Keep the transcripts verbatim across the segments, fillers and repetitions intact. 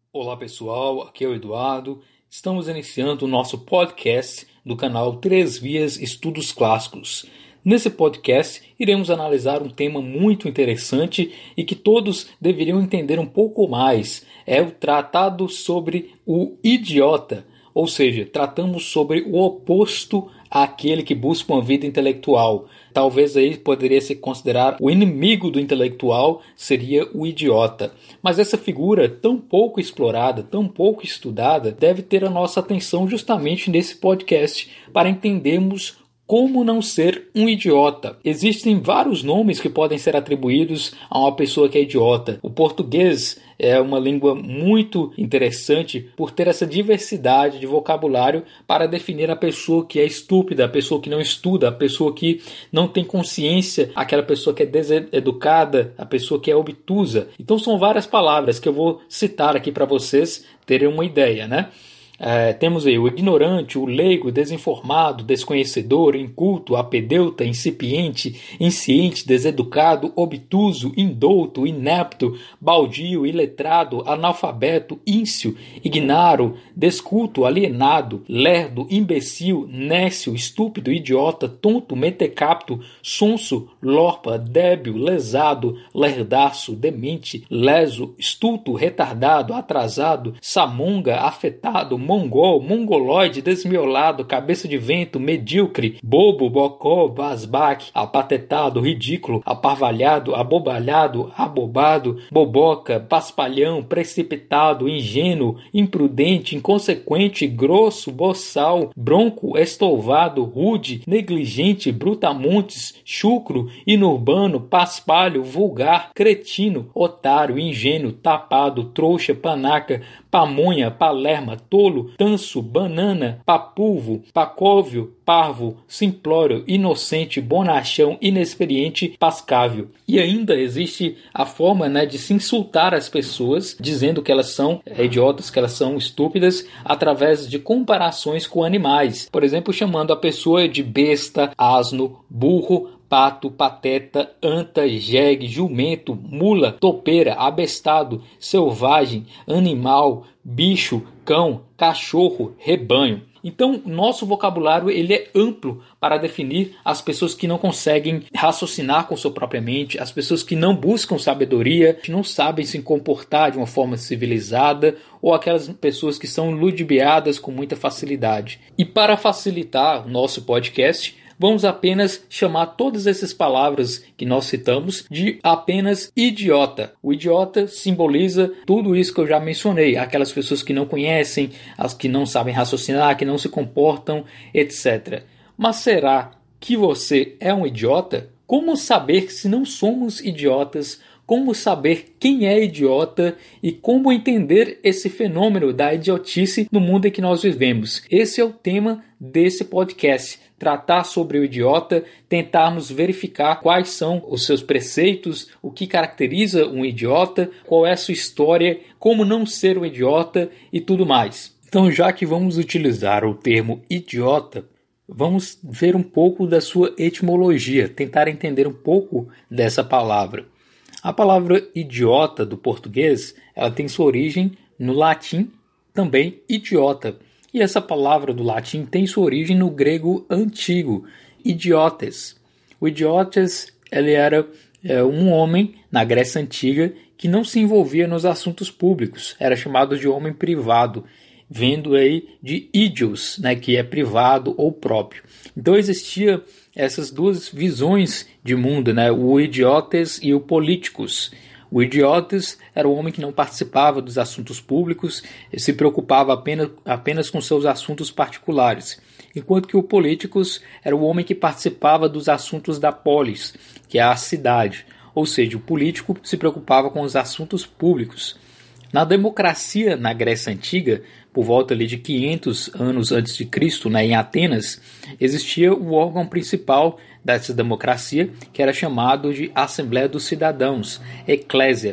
Olá pessoal, aqui é o Eduardo. Estamos iniciando o nosso podcast do canal Três Vias Estudos Clássicos. Nesse podcast, iremos analisar um tema muito interessante e que todos deveriam entender um pouco mais. É o tratado sobre o idiota, ou seja, tratamos sobre o oposto àquele que busca uma vida intelectual. Talvez aí poderia se considerar o inimigo do intelectual seria o idiota. Mas essa figura tão pouco explorada, tão pouco estudada, deve ter a nossa atenção justamente nesse podcast para entendermos como não ser um idiota. Existem vários nomes que podem ser atribuídos a uma pessoa que é idiota. O português é uma língua muito interessante por ter essa diversidade de vocabulário para definir a pessoa que é estúpida, a pessoa que não estuda, a pessoa que não tem consciência, aquela pessoa que é deseducada, a pessoa que é obtusa. Então são várias palavras que eu vou citar aqui para vocês terem uma ideia, né? É, temos aí o ignorante, o leigo, desinformado, desconhecedor, inculto, apedeuta, incipiente, insciente, deseducado, obtuso, indouto, inepto, baldio, iletrado, analfabeto, ínsio, ignaro, desculto, alienado, lerdo, imbecil, nécio, estúpido, idiota, tonto, mentecapto, sonso, lorpa, débil, lesado, lerdaço, demente, leso, estulto, retardado, atrasado, samonga, afetado, mongol, mongoloide, desmiolado, cabeça de vento, medíocre, bobo, bocó, basbaque, apatetado, ridículo, aparvalhado, abobalhado, abobado, boboca, paspalhão, precipitado, ingênuo, imprudente, inconsequente, grosso, boçal, bronco, estouvado, rude, negligente, brutamontes, chucro, inurbano, paspalho, vulgar, cretino, otário, ingênuo, tapado, trouxa, panaca, pamonha, palerma, tolo, tanso, banana, papulvo, pacóvio, parvo, simplório, inocente, bonachão, inexperiente, pascável. E ainda existe a forma, né, de se insultar as pessoas, dizendo que elas são é, idiotas, que elas são estúpidas, através de comparações com animais. Por exemplo, chamando a pessoa de besta, asno, burro, pato, pateta, anta, jegue, jumento, mula, topeira, abestado, selvagem, animal, bicho, cão, cachorro, rebanho. Então, nosso vocabulário ele é amplo para definir as pessoas que não conseguem raciocinar com sua própria mente, as pessoas que não buscam sabedoria, que não sabem se comportar de uma forma civilizada, ou aquelas pessoas que são ludibriadas com muita facilidade. E para facilitar o nosso podcast, vamos apenas chamar todas essas palavras que nós citamos de apenas idiota. O idiota simboliza tudo isso que eu já mencionei. Aquelas pessoas que não conhecem, as que não sabem raciocinar, que não se comportam, etcétera. Mas será que você é um idiota? Como saber se não somos idiotas? Como saber quem é idiota e como entender esse fenômeno da idiotice no mundo em que nós vivemos? Esse é o tema desse podcast. Tratar sobre o idiota, tentarmos verificar quais são os seus preceitos, o que caracteriza um idiota, qual é a sua história, como não ser um idiota e tudo mais. Então, já que vamos utilizar o termo idiota, vamos ver um pouco da sua etimologia, tentar entender um pouco dessa palavra. A palavra idiota do português, ela tem sua origem no latim, também idiota. E essa palavra do latim tem sua origem no grego antigo, idiotes. O idiotes ele era é, um homem na Grécia Antiga que não se envolvia nos assuntos públicos, era chamado de homem privado, vendo aí de idios, né, que é privado ou próprio. Então existia essas duas visões de mundo, né, o idiotes e o políticos. O idiotes era o homem que não participava dos assuntos públicos e se preocupava apenas, apenas com seus assuntos particulares, enquanto que o políticos era o homem que participava dos assuntos da polis, que é a cidade, ou seja, o político se preocupava com os assuntos públicos. Na democracia na Grécia Antiga, por volta ali de quinhentos anos antes de Cristo, né, em Atenas, existia o órgão principal dessa democracia, que era chamado de Assembleia dos Cidadãos, Eclésia,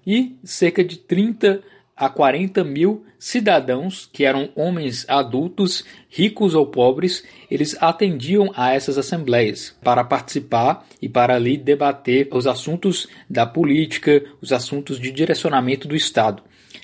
e cerca de trinta a quarenta mil cidadãos, que eram homens adultos, ricos ou pobres, eles atendiam a essas assembleias para participar e para ali debater os assuntos da política, os assuntos de direcionamento do Estado.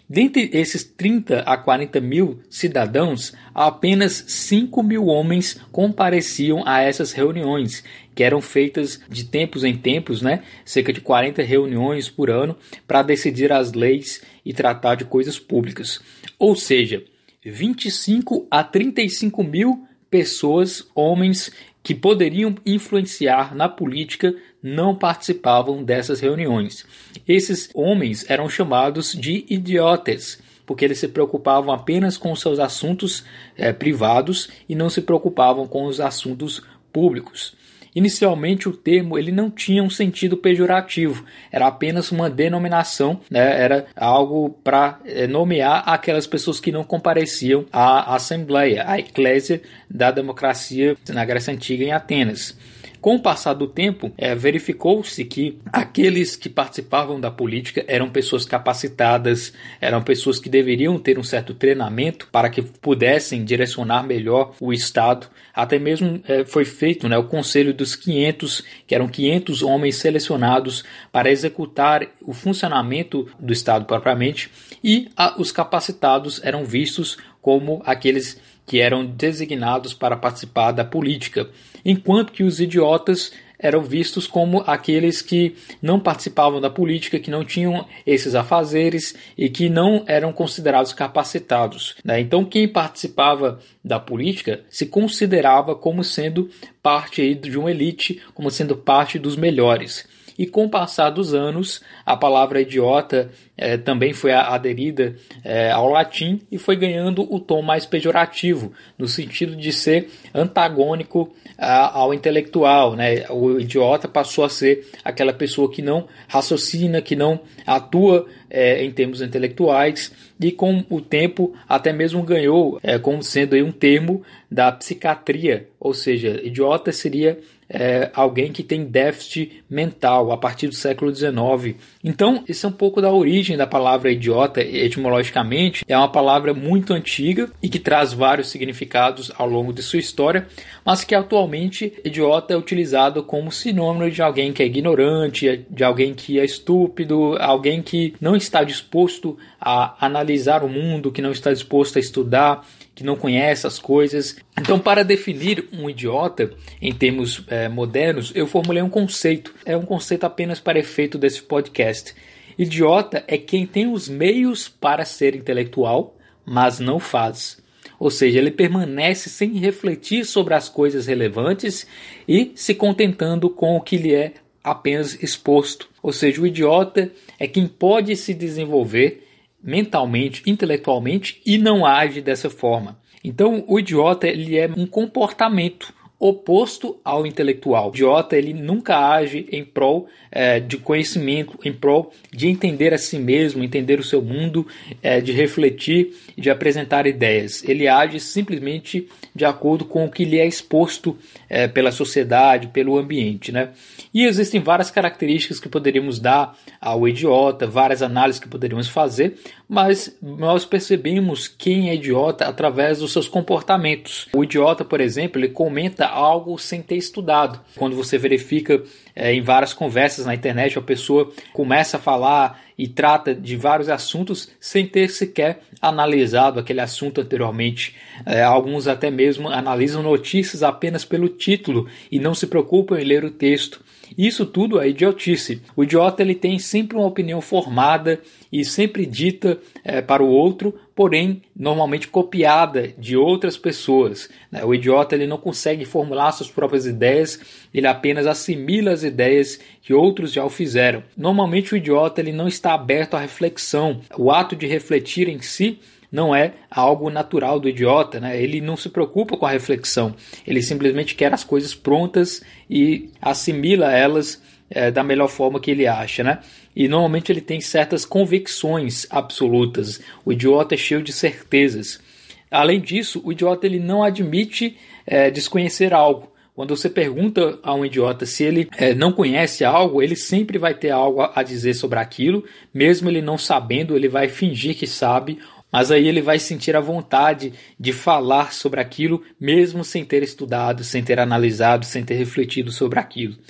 Dentre esses trinta a quarenta mil cidadãos, apenas cinco mil homens compareciam a essas reuniões, que eram feitas de tempos em tempos, né? Cerca de quarenta reuniões por ano, para decidir as leis e tratar de coisas públicas. Ou seja, vinte e cinco a trinta e cinco mil pessoas, homens, que poderiam influenciar na política, não participavam dessas reuniões. Esses homens eram chamados de idiotas, porque eles se preocupavam apenas com os seus assuntos eh, privados e não se preocupavam com os assuntos públicos. Inicialmente o termo ele não tinha um sentido pejorativo, era apenas uma denominação, né? Era algo para é, nomear aquelas pessoas que não compareciam à Assembleia, à Eclésia da democracia na Grécia Antiga em Atenas. Com o passar do tempo, é, verificou-se que aqueles que participavam da política eram pessoas capacitadas, eram pessoas que deveriam ter um certo treinamento para que pudessem direcionar melhor o Estado. Até mesmo é, foi feito, né, o Conselho dos quinhentos, que eram quinhentos homens selecionados para executar o funcionamento do Estado propriamente, e a, os capacitados eram vistos como aqueles que eram designados para participar da política, enquanto que os idiotas eram vistos como aqueles que não participavam da política, que não tinham esses afazeres e que não eram considerados capacitados, né? Então, quem participava da política se considerava como sendo parte aí de uma elite, como sendo parte dos melhores. E com o passar dos anos, a palavra idiota eh, também foi aderida eh, ao latim e foi ganhando o tom mais pejorativo, no sentido de ser antagônico a, ao intelectual, né? O idiota passou a ser aquela pessoa que não raciocina, que não atua eh, em termos intelectuais, e com o tempo até mesmo ganhou eh, como sendo aí um termo da psiquiatria, ou seja, idiota seria É, alguém que tem déficit mental a partir do século dezenove. Então, isso é um pouco da origem da palavra idiota. Etimologicamente, é uma palavra muito antiga e que traz vários significados ao longo de sua história, mas que atualmente idiota é utilizado como sinônimo de alguém que é ignorante, de alguém que é estúpido, alguém que não está disposto a analisar o mundo, que não está disposto a estudar, que não conhece as coisas. Então, para definir um idiota em termos é, modernos, eu formulei um conceito. É um conceito apenas para efeito desse podcast. Idiota é quem tem os meios para ser intelectual, mas não faz. Ou seja, ele permanece sem refletir sobre as coisas relevantes e se contentando com o que lhe é apenas exposto. Ou seja, o idiota é quem pode se desenvolver mentalmente, intelectualmente, e não age dessa forma. Então, o idiota ele é um comportamento oposto ao intelectual. O idiota ele nunca age em prol é, de conhecimento, em prol de entender a si mesmo, entender o seu mundo, é, de refletir, de apresentar ideias. Ele age simplesmente de acordo com o que lhe é exposto é, pela sociedade, pelo ambiente, né? E existem várias características que poderíamos dar ao idiota, várias análises que poderíamos fazer, mas nós percebemos quem é idiota através dos seus comportamentos. O idiota, por exemplo, ele comenta algo sem ter estudado. Quando você verifica é, em várias conversas na internet, a pessoa começa a falar e trata de vários assuntos sem ter sequer analisado aquele assunto anteriormente. É, alguns até mesmo analisam notícias apenas pelo título e não se preocupam em ler o texto. Isso tudo é idiotice. O idiota ele tem sempre uma opinião formada e sempre dita é, para o outro, porém normalmente copiada de outras pessoas. O idiota ele não consegue formular suas próprias ideias, ele apenas assimila as ideias que outros já o fizeram. Normalmente o idiota ele não está aberto à reflexão. O ato de refletir em si não é algo natural do idiota, né? Ele não se preocupa com a reflexão, ele simplesmente quer as coisas prontas e assimila elas é, da melhor forma que ele acha, né? E normalmente ele tem certas convicções absolutas. O idiota é cheio de certezas. Além disso, o idiota ele não admite é, desconhecer algo. Quando você pergunta a um idiota se ele é, não conhece algo, ele sempre vai ter algo a dizer sobre aquilo, mesmo ele não sabendo, ele vai fingir que sabe, mas aí ele vai sentir a vontade de falar sobre aquilo, mesmo sem ter estudado, sem ter analisado, sem ter refletido sobre aquilo.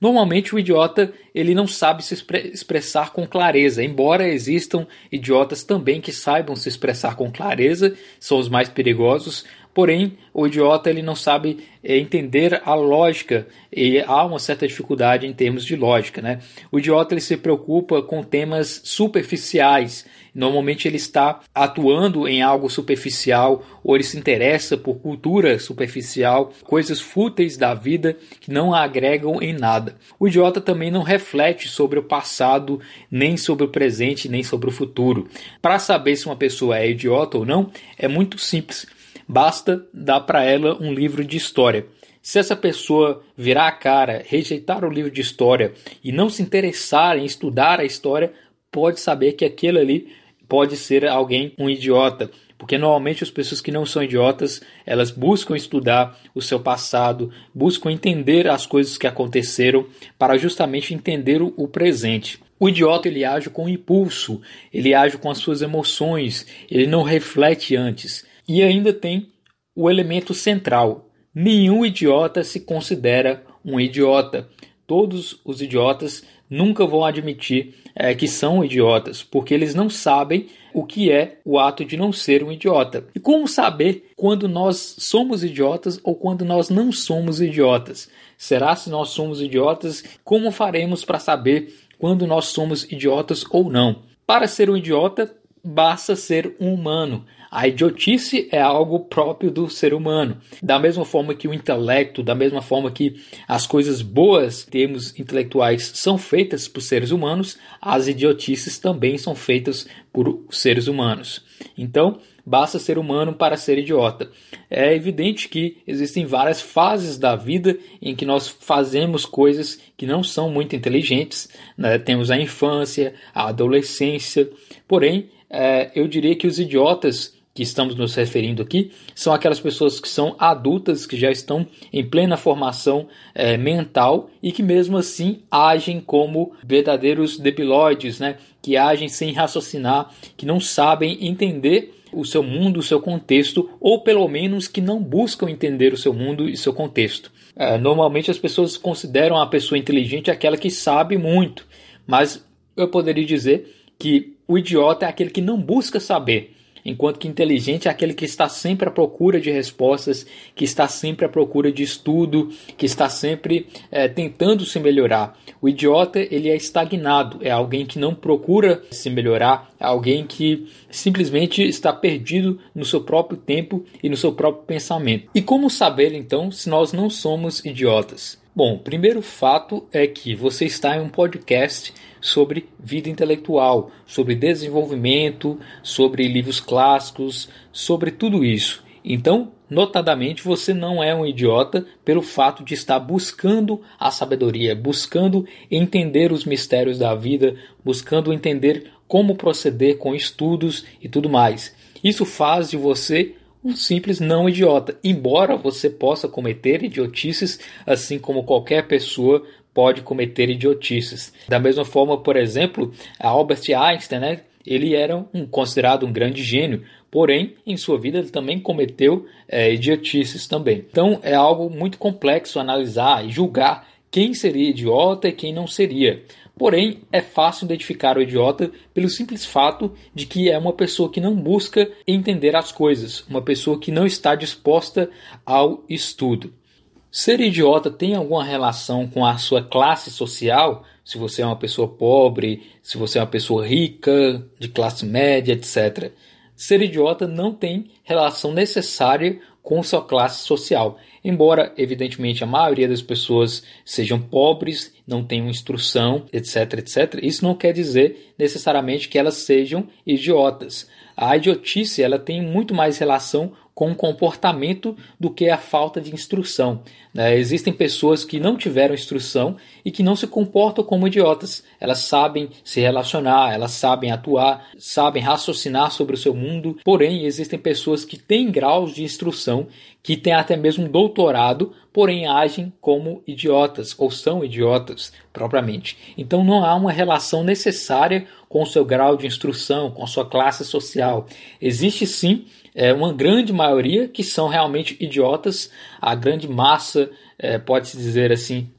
Normalmente o idiota ele não sabe se expressar com clareza, embora existam idiotas também que saibam se expressar com clareza, são os mais perigosos. Porém, o idiota ele não sabe é, entender a lógica e há uma certa dificuldade em termos de lógica, né? O idiota ele se preocupa com temas superficiais. Normalmente ele está atuando em algo superficial ou ele se interessa por cultura superficial, coisas fúteis da vida que não agregam em nada. O idiota também não reflete sobre o passado, nem sobre o presente, nem sobre o futuro. Para saber se uma pessoa é idiota ou não, é muito simples. Basta dar para ela um livro de história. Se essa pessoa virar a cara, rejeitar o livro de história e não se interessar em estudar a história, pode saber que aquele ali pode ser alguém, um idiota. Porque normalmente as pessoas que não são idiotas, elas buscam estudar o seu passado, buscam entender as coisas que aconteceram para justamente entender o presente. O idiota ele age com impulso, ele age com as suas emoções, ele não reflete antes. E ainda tem o elemento central. Nenhum idiota se considera um idiota. Todos os idiotas nunca vão admitir é, que são idiotas, porque eles não sabem o que é o ato de não ser um idiota. E como saber quando nós somos idiotas ou quando nós não somos idiotas? Será se nós somos idiotas? Como faremos para saber quando nós somos idiotas ou não? Para ser um idiota, basta ser um humano. A idiotice é algo próprio do ser humano. Da mesma forma que o intelecto, da mesma forma que as coisas boas, em termos intelectuais, são feitas por seres humanos, as idiotices também são feitas por seres humanos. Então, basta ser humano para ser idiota. É evidente que existem várias fases da vida em que nós fazemos coisas que não são muito inteligentes, né? Temos a infância, a adolescência. Porém, é, eu diria que os idiotas que estamos nos referindo aqui são aquelas pessoas que são adultas, que já estão em plena formação é, mental e que mesmo assim agem como verdadeiros debilóides, né? Que agem sem raciocinar, que não sabem entender o seu mundo, o seu contexto, ou pelo menos que não buscam entender o seu mundo e seu contexto. É, normalmente as pessoas consideram a pessoa inteligente aquela que sabe muito, mas eu poderia dizer que o idiota é aquele que não busca saber, enquanto que inteligente é aquele que está sempre à procura de respostas, que está sempre à procura de estudo, que está sempre é, tentando se melhorar. O idiota ele é estagnado, é alguém que não procura se melhorar, é alguém que simplesmente está perdido no seu próprio tempo e no seu próprio pensamento. E como saber então se nós não somos idiotas? Bom, o primeiro fato é que você está em um podcast sobre vida intelectual, sobre desenvolvimento, sobre livros clássicos, sobre tudo isso. Então, notadamente, você não é um idiota pelo fato de estar buscando a sabedoria, buscando entender os mistérios da vida, buscando entender como proceder com estudos e tudo mais. Isso faz de você um simples não idiota, embora você possa cometer idiotices, assim como qualquer pessoa pode cometer idiotices. Da mesma forma, por exemplo, Albert Einstein, né? Ele era um, considerado um grande gênio, porém, em sua vida ele também cometeu é, idiotices também. Então, é algo muito complexo analisar e julgar quem seria idiota e quem não seria. Porém, é fácil identificar o idiota pelo simples fato de que é uma pessoa que não busca entender as coisas, uma pessoa que não está disposta ao estudo. Ser idiota tem alguma relação com a sua classe social? Se você é uma pessoa pobre, se você é uma pessoa rica, de classe média, etcétera. Ser idiota não tem relação necessária com sua classe social. Embora, evidentemente, a maioria das pessoas sejam pobres, não tenham instrução, etc, etcétera, isso não quer dizer necessariamente que elas sejam idiotas. A idiotice ela tem muito mais relação com o comportamento do que a falta de instrução. Né? Existem pessoas que não tiveram instrução e que não se comportam como idiotas. Elas sabem se relacionar, elas sabem atuar, sabem raciocinar sobre o seu mundo. Porém, existem pessoas que têm graus de instrução, que têm até mesmo doutorado, porém agem como idiotas ou são idiotas propriamente. Então não há uma relação necessária com o seu grau de instrução, com a sua classe social. Existe sim é, uma grande maioria que são realmente idiotas, a grande massa, é, pode-se dizer assim,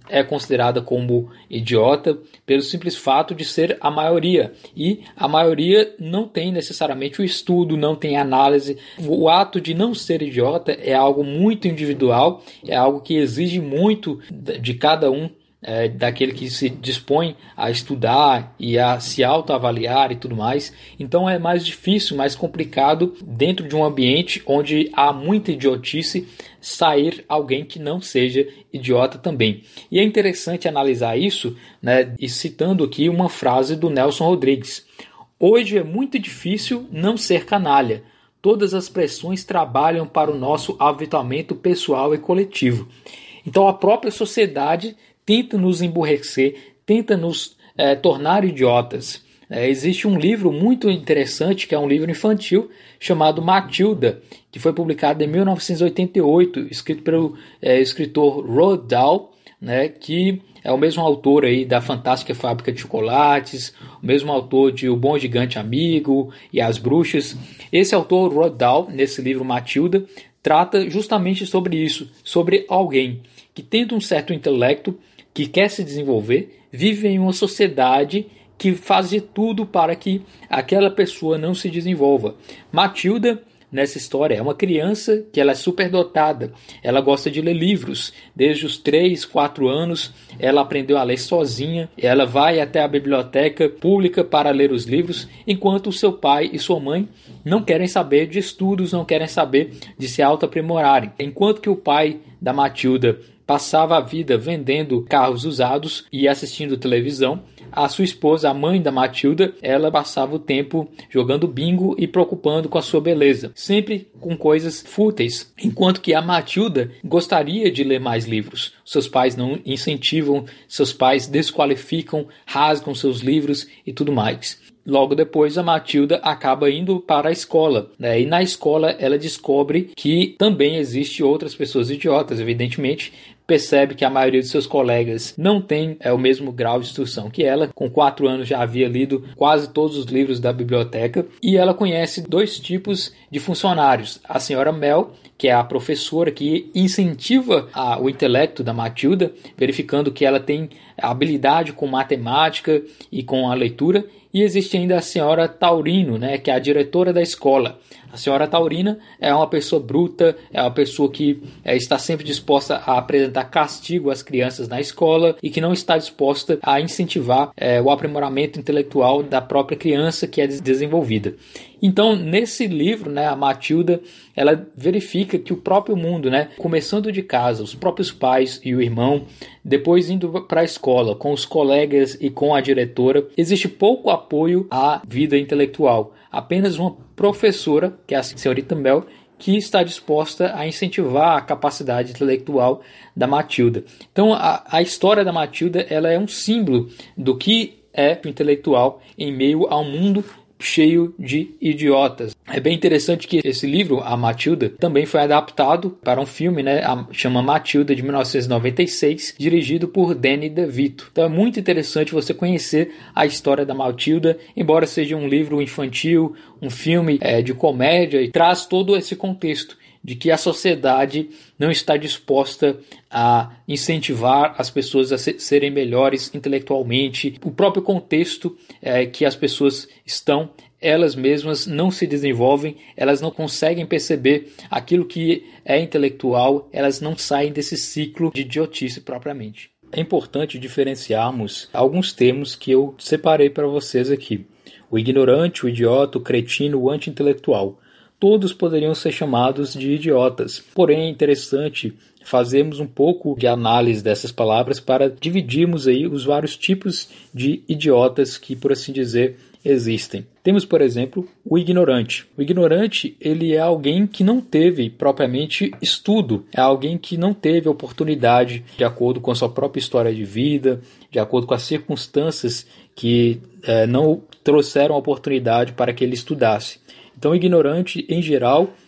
é considerada como idiota pelo simples fato de ser a maioria. E a maioria não tem necessariamente o estudo, não tem análise. O ato de não ser idiota é algo muito individual, é algo que exige muito de cada um, é, daquele que se dispõe a estudar e a se autoavaliar e tudo mais. Então é mais difícil, mais complicado dentro de um ambiente onde há muita idiotice sair alguém que não seja idiota também. E é interessante analisar isso, né, e citando aqui uma frase do Nelson Rodrigues. Hoje é muito difícil não ser canalha. Todas as pressões trabalham para o nosso avituamento pessoal e coletivo. Então a própria sociedade tenta nos emburrecer, tenta nos é, tornar idiotas. É, existe um livro muito interessante, que é um livro infantil, chamado Matilda, que foi publicado em mil novecentos e oitenta e oito, escrito pelo é, escritor Roald Dahl, né, que é o mesmo autor aí da Fantástica Fábrica de Chocolates, o mesmo autor de O Bom Gigante Amigo e As Bruxas. Esse autor, Roald Dahl, nesse livro Matilda, trata justamente sobre isso, sobre alguém que tenta um certo intelecto, que quer se desenvolver, vive em uma sociedade que faz de tudo para que aquela pessoa não se desenvolva. Matilda, nessa história, é uma criança que ela é superdotada. Ela gosta de ler livros. Desde os três, quatro anos, ela aprendeu a ler sozinha. Ela vai até a biblioteca pública para ler os livros, enquanto o seu pai e sua mãe não querem saber de estudos, não querem saber de se auto-aprimorarem. Enquanto que o pai da Matilda passava a vida vendendo carros usados e assistindo televisão, a sua esposa, a mãe da Matilda, ela passava o tempo jogando bingo e preocupando com a sua beleza, sempre com coisas fúteis, enquanto que a Matilda gostaria de ler mais livros. Seus pais não incentivam, seus pais desqualificam, rasgam seus livros e tudo mais. Logo depois, a Matilda acaba indo para a escola, né? E na escola ela descobre que também existe outras pessoas idiotas, evidentemente. Percebe que a maioria de seus colegas não tem é, o mesmo grau de instrução que ela. Com quatro anos já havia lido quase todos os livros da biblioteca. E ela conhece dois tipos de funcionários. A senhora Mel, que é a professora que incentiva a, o intelecto da Matilda, verificando que ela tem habilidade com matemática e com a leitura. E existe ainda a senhora Taurino, né, que é a diretora da escola. A senhora Taurina é uma pessoa bruta, é uma pessoa que é, está sempre disposta a apresentar castigo às crianças na escola e que não está disposta a incentivar é, o aprimoramento intelectual da própria criança que é desenvolvida. Então, nesse livro, né, a Matilda, ela verifica que o próprio mundo, né, começando de casa, os próprios pais e o irmão, depois indo para a escola, com os colegas e com a diretora, existe pouco apoio à vida intelectual. Apenas uma professora, que é a senhorita Mel, que está disposta a incentivar a capacidade intelectual da Matilda. Então, a, a história da Matilda, ela é um símbolo do que é o intelectual em meio a um mundo cheio de idiotas. É bem interessante que esse livro, A Matilda, também foi adaptado para um filme, né, chama Matilda, de mil novecentos e noventa e seis, dirigido por Danny DeVito. Então é muito interessante você conhecer a história da Matilda, embora seja um livro infantil, um filme é, de comédia, e traz todo esse contexto de que a sociedade não está disposta a incentivar as pessoas a serem melhores intelectualmente. O próprio contexto é, que as pessoas estão, elas mesmas não se desenvolvem, elas não conseguem perceber aquilo que é intelectual, elas não saem desse ciclo de idiotice propriamente. É importante diferenciarmos alguns termos que eu separei para vocês aqui. O ignorante, o idiota, o cretino, o anti-intelectual. Todos poderiam ser chamados de idiotas. Porém, é interessante fazermos um pouco de análise dessas palavras para dividirmos aí os vários tipos de idiotas que, por assim dizer, existem. Temos, por exemplo, o ignorante. O ignorante, ele é alguém que não teve propriamente estudo, é alguém que não teve oportunidade, de acordo com a sua própria história de vida, de acordo com as circunstâncias que eh, não trouxeram oportunidade para que ele estudasse. Então, o ignorante, em geral,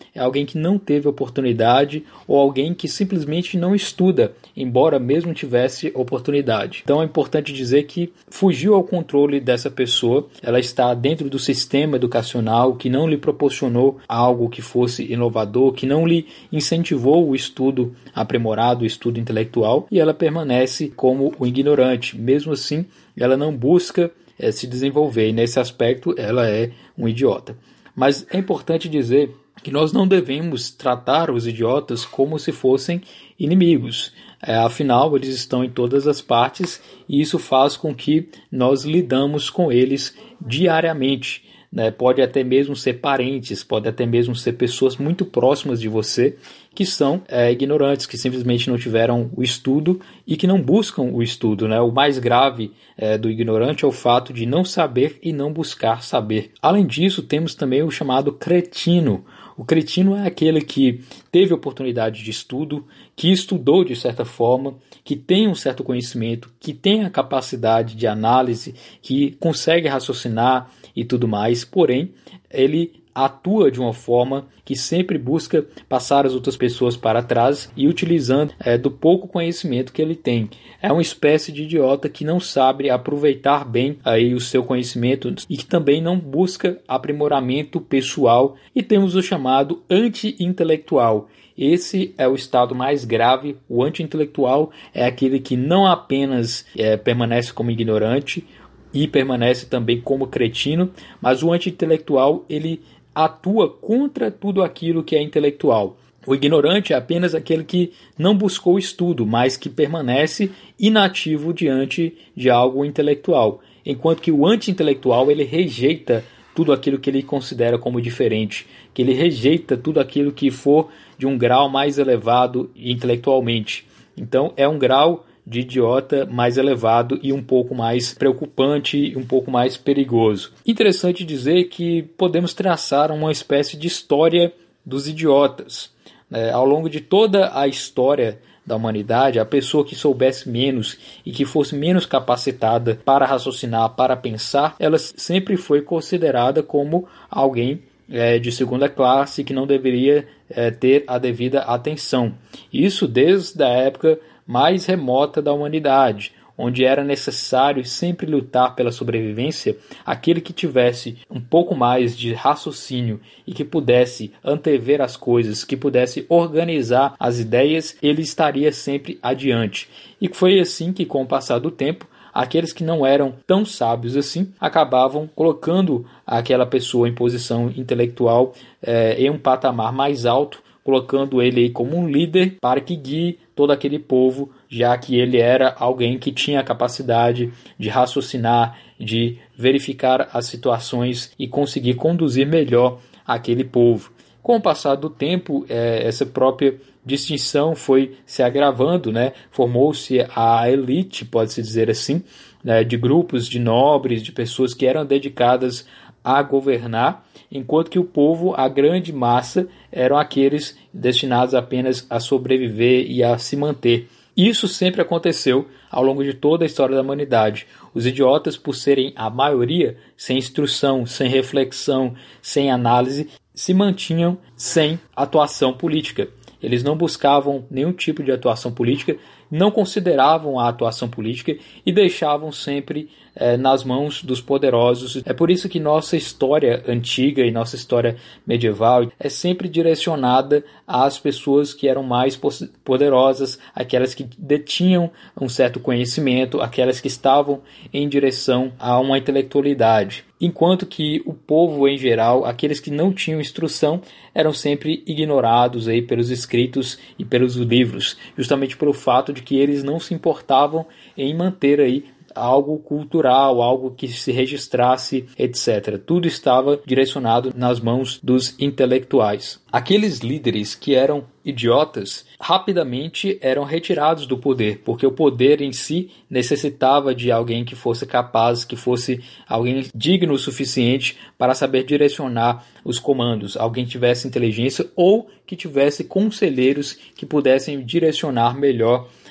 é alguém que não teve oportunidade ou alguém que simplesmente não estuda, embora mesmo tivesse oportunidade. Então é importante dizer que fugiu ao controle dessa pessoa, ela está dentro do sistema educacional que não lhe proporcionou algo que fosse inovador, que não lhe incentivou o estudo aprimorado, o estudo intelectual, e ela permanece como o ignorante. Mesmo assim, ela não busca é, se desenvolver, e nesse aspecto ela é um idiota. Mas é importante dizer que nós não devemos tratar os idiotas como se fossem inimigos. É, afinal, eles estão em todas as partes e isso faz com que nós lidamos com eles diariamente. Né? Pode até mesmo ser parentes, pode até mesmo ser pessoas muito próximas de você que são é, ignorantes, que simplesmente não tiveram o estudo e que não buscam o estudo. Né? O mais grave é, do ignorante é o fato de não saber e não buscar saber. Além disso, temos também o chamado cretino. O cretino é aquele que teve oportunidade de estudo, que estudou de certa forma, que tem um certo conhecimento, que tem a capacidade de análise, que consegue raciocinar e tudo mais, porém, ele atua de uma forma que sempre busca passar as outras pessoas para trás e utilizando é, do pouco conhecimento que ele tem. É uma espécie de idiota que não sabe aproveitar bem aí o seu conhecimento e que também não busca aprimoramento pessoal. E temos o chamado anti-intelectual. Esse é o estado mais grave. O anti-intelectual é aquele que não apenas é, permanece como ignorante e permanece também como cretino, mas o anti-intelectual ele atua contra tudo aquilo que é intelectual. O ignorante é apenas aquele que não buscou estudo, mas que permanece inativo diante de algo intelectual, enquanto que o anti-intelectual ele rejeita tudo aquilo que ele considera como diferente, que ele rejeita tudo aquilo que for de um grau mais elevado intelectualmente. Então é um grau de idiota mais elevado e um pouco mais preocupante e um pouco mais perigoso. Interessante dizer que podemos traçar uma espécie de história dos idiotas. É, ao longo de toda a história da humanidade, a pessoa que soubesse menos e que fosse menos capacitada para raciocinar, para pensar, ela sempre foi considerada como alguém é, de segunda classe que não deveria é, ter a devida atenção. Isso desde a época mais remota da humanidade, onde era necessário sempre lutar pela sobrevivência. Aquele que tivesse um pouco mais de raciocínio e que pudesse antever as coisas, que pudesse organizar as ideias, ele estaria sempre adiante. E foi assim que, com o passar do tempo, aqueles que não eram tão sábios assim acabavam colocando aquela pessoa em posição intelectual eh, em um patamar mais alto, colocando ele aí como um líder para que guie todo aquele povo, já que ele era alguém que tinha a capacidade de raciocinar, de verificar as situações e conseguir conduzir melhor aquele povo. Com o passar do tempo, é, essa própria distinção foi se agravando, né? Formou-se a elite, pode-se dizer assim, né? De grupos de nobres, de pessoas que eram dedicadas a governar, enquanto que o povo, a grande massa, eram aqueles destinados apenas a sobreviver e a se manter. Isso sempre aconteceu ao longo de toda a história da humanidade. Os idiotas, por serem a maioria, sem instrução, sem reflexão, sem análise, se mantinham sem atuação política. Eles não buscavam nenhum tipo de atuação política, não consideravam a atuação política e deixavam sempre é, nas mãos dos poderosos. É por isso que nossa história antiga e nossa história medieval é sempre direcionada às pessoas que eram mais poderosas, aquelas que detinham um certo conhecimento, aquelas que estavam em direção a uma intelectualidade. Enquanto que o povo em geral, aqueles que não tinham instrução, eram sempre ignorados aí pelos escritos e pelos livros, justamente pelo fato de que eles não se importavam em manter aí algo cultural, algo que se registrasse, etcétera. Tudo estava direcionado nas mãos dos intelectuais. Aqueles líderes que eram idiotas rapidamente eram retirados do poder, porque o poder em si necessitava de alguém que fosse capaz, que fosse alguém digno o suficiente para saber direcionar os comandos, alguém que tivesse inteligência ou que tivesse conselheiros que pudessem direcionar melhor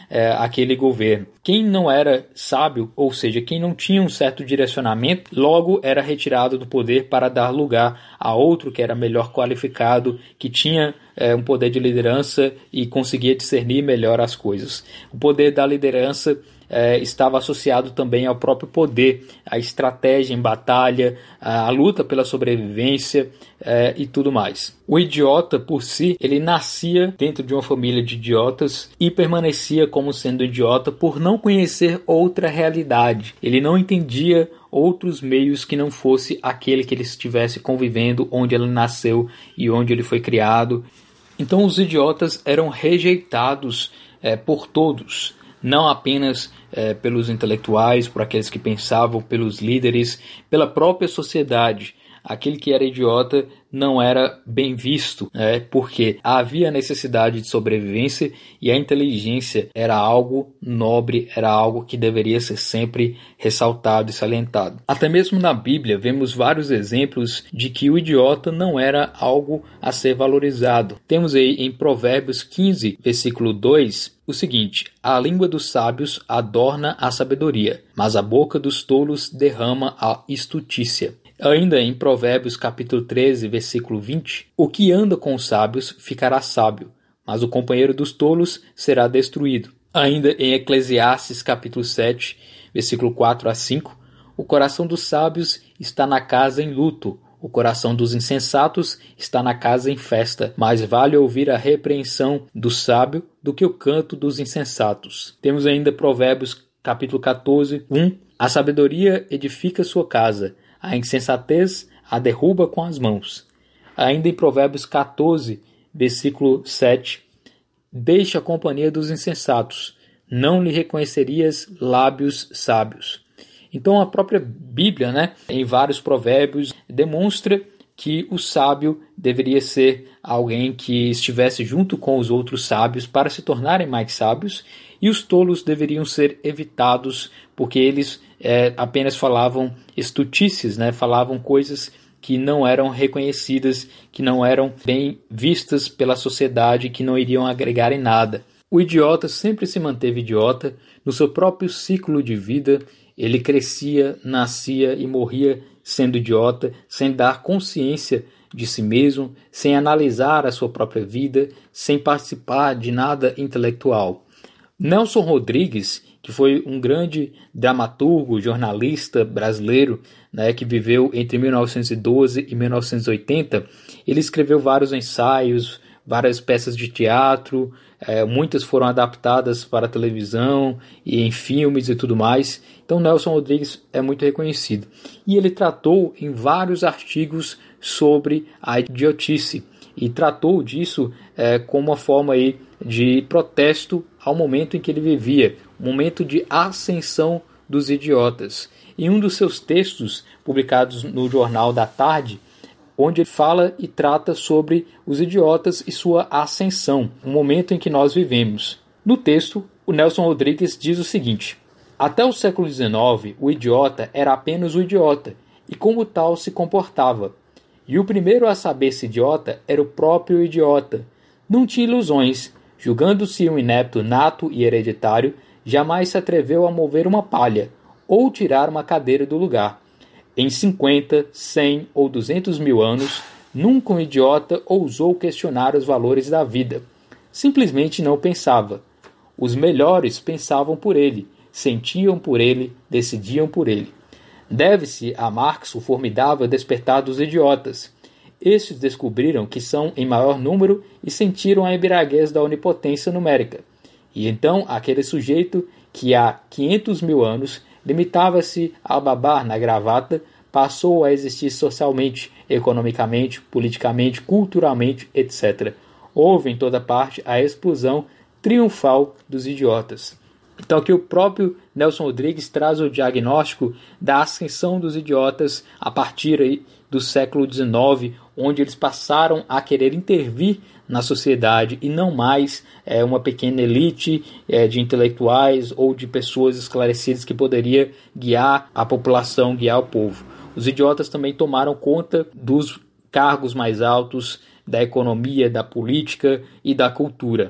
é, aquele governo. Quem não era sábio, ou seja, quem não tinha um certo direcionamento, logo era retirado do poder para dar lugar a outro que era melhor qualificado, que tinha é, um poder de liderança e conseguia discernir melhor as coisas. O poder da liderança É, estava associado também ao próprio poder, à estratégia em batalha, à luta pela sobrevivência é, e tudo mais. O idiota por si, ele nascia dentro de uma família de idiotas e permanecia como sendo idiota por não conhecer outra realidade. Ele não entendia outros meios que não fosse aquele que ele estivesse convivendo, onde ele nasceu e onde ele foi criado. Então os idiotas eram rejeitados é, por todos. Não apenas é, pelos intelectuais, por aqueles que pensavam, pelos líderes, pela própria sociedade. Aquele que era idiota não era bem visto, né? Porque havia necessidade de sobrevivência e a inteligência era algo nobre, era algo que deveria ser sempre ressaltado e salientado. Até mesmo na Bíblia vemos vários exemplos de que o idiota não era algo a ser valorizado. Temos aí em Provérbios quinze, versículo dois, o seguinte: a língua dos sábios adorna a sabedoria, mas a boca dos tolos derrama a estutícia. Ainda em Provérbios capítulo treze, versículo vinte, o que anda com os sábios ficará sábio, mas o companheiro dos tolos será destruído. Ainda em Eclesiastes capítulo sete, versículo quatro a cinco, o coração dos sábios está na casa em luto, o coração dos insensatos está na casa em festa, mais vale ouvir a repreensão do sábio do que o canto dos insensatos. Temos ainda Provérbios capítulo quatorze, um, a sabedoria edifica sua casa, a insensatez a derruba com as mãos. Ainda em Provérbios quatorze, versículo sete, deixa a companhia dos insensatos, não lhe reconhecerias lábios sábios. Então a própria Bíblia, né, em vários provérbios, demonstra que o sábio deveria ser alguém que estivesse junto com os outros sábios para se tornarem mais sábios, e os tolos deveriam ser evitados porque eles é, apenas falavam estutices, né? Falavam coisas que não eram reconhecidas, que não eram bem vistas pela sociedade, que não iriam agregar em nada. O idiota sempre se manteve idiota no seu próprio ciclo de vida. Ele crescia, nascia e morria sendo idiota, sem dar consciência de si mesmo, sem analisar a sua própria vida, sem participar de nada intelectual. Nelson Rodrigues, que foi um grande dramaturgo, jornalista brasileiro, né, que viveu entre mil novecentos e doze e mil novecentos e oitenta, ele escreveu vários ensaios, várias peças de teatro, é, muitas foram adaptadas para a televisão e em filmes e tudo mais. Então Nelson Rodrigues é muito reconhecido. E ele tratou em vários artigos sobre a idiotice e tratou disso é, como uma forma aí de protesto ao momento em que ele vivia, um momento de ascensão dos idiotas. Em um dos seus textos publicados no Jornal da Tarde, onde ele fala e trata sobre os idiotas e sua ascensão, o momento em que nós vivemos. No texto, o Nelson Rodrigues diz o seguinte: até o século dezenove, o idiota era apenas o idiota, e como tal se comportava. E o primeiro a saber-se idiota era o próprio idiota. Não tinha ilusões, julgando-se um inepto nato e hereditário, jamais se atreveu a mover uma palha, ou tirar uma cadeira do lugar. Em cinquenta, cem ou duzentos mil anos, nunca um idiota ousou questionar os valores da vida. Simplesmente não pensava. Os melhores pensavam por ele, sentiam por ele, decidiam por ele. Deve-se a Marx o formidável despertar dos idiotas. Estes descobriram que são em maior número e sentiram a embriaguez da onipotência numérica. E então aquele sujeito que há quinhentos mil anos limitava-se a babar na gravata, passou a existir socialmente, economicamente, politicamente, culturalmente, etcétera. Houve em toda parte a explosão triunfal dos idiotas. Então aqui o próprio Nelson Rodrigues traz o diagnóstico da ascensão dos idiotas a partir aí do século dezenove, onde eles passaram a querer intervir na sociedade e não mais é, uma pequena elite é, de intelectuais ou de pessoas esclarecidas que poderia guiar a população, guiar o povo. Os idiotas também tomaram conta dos cargos mais altos, da economia, da política e da cultura.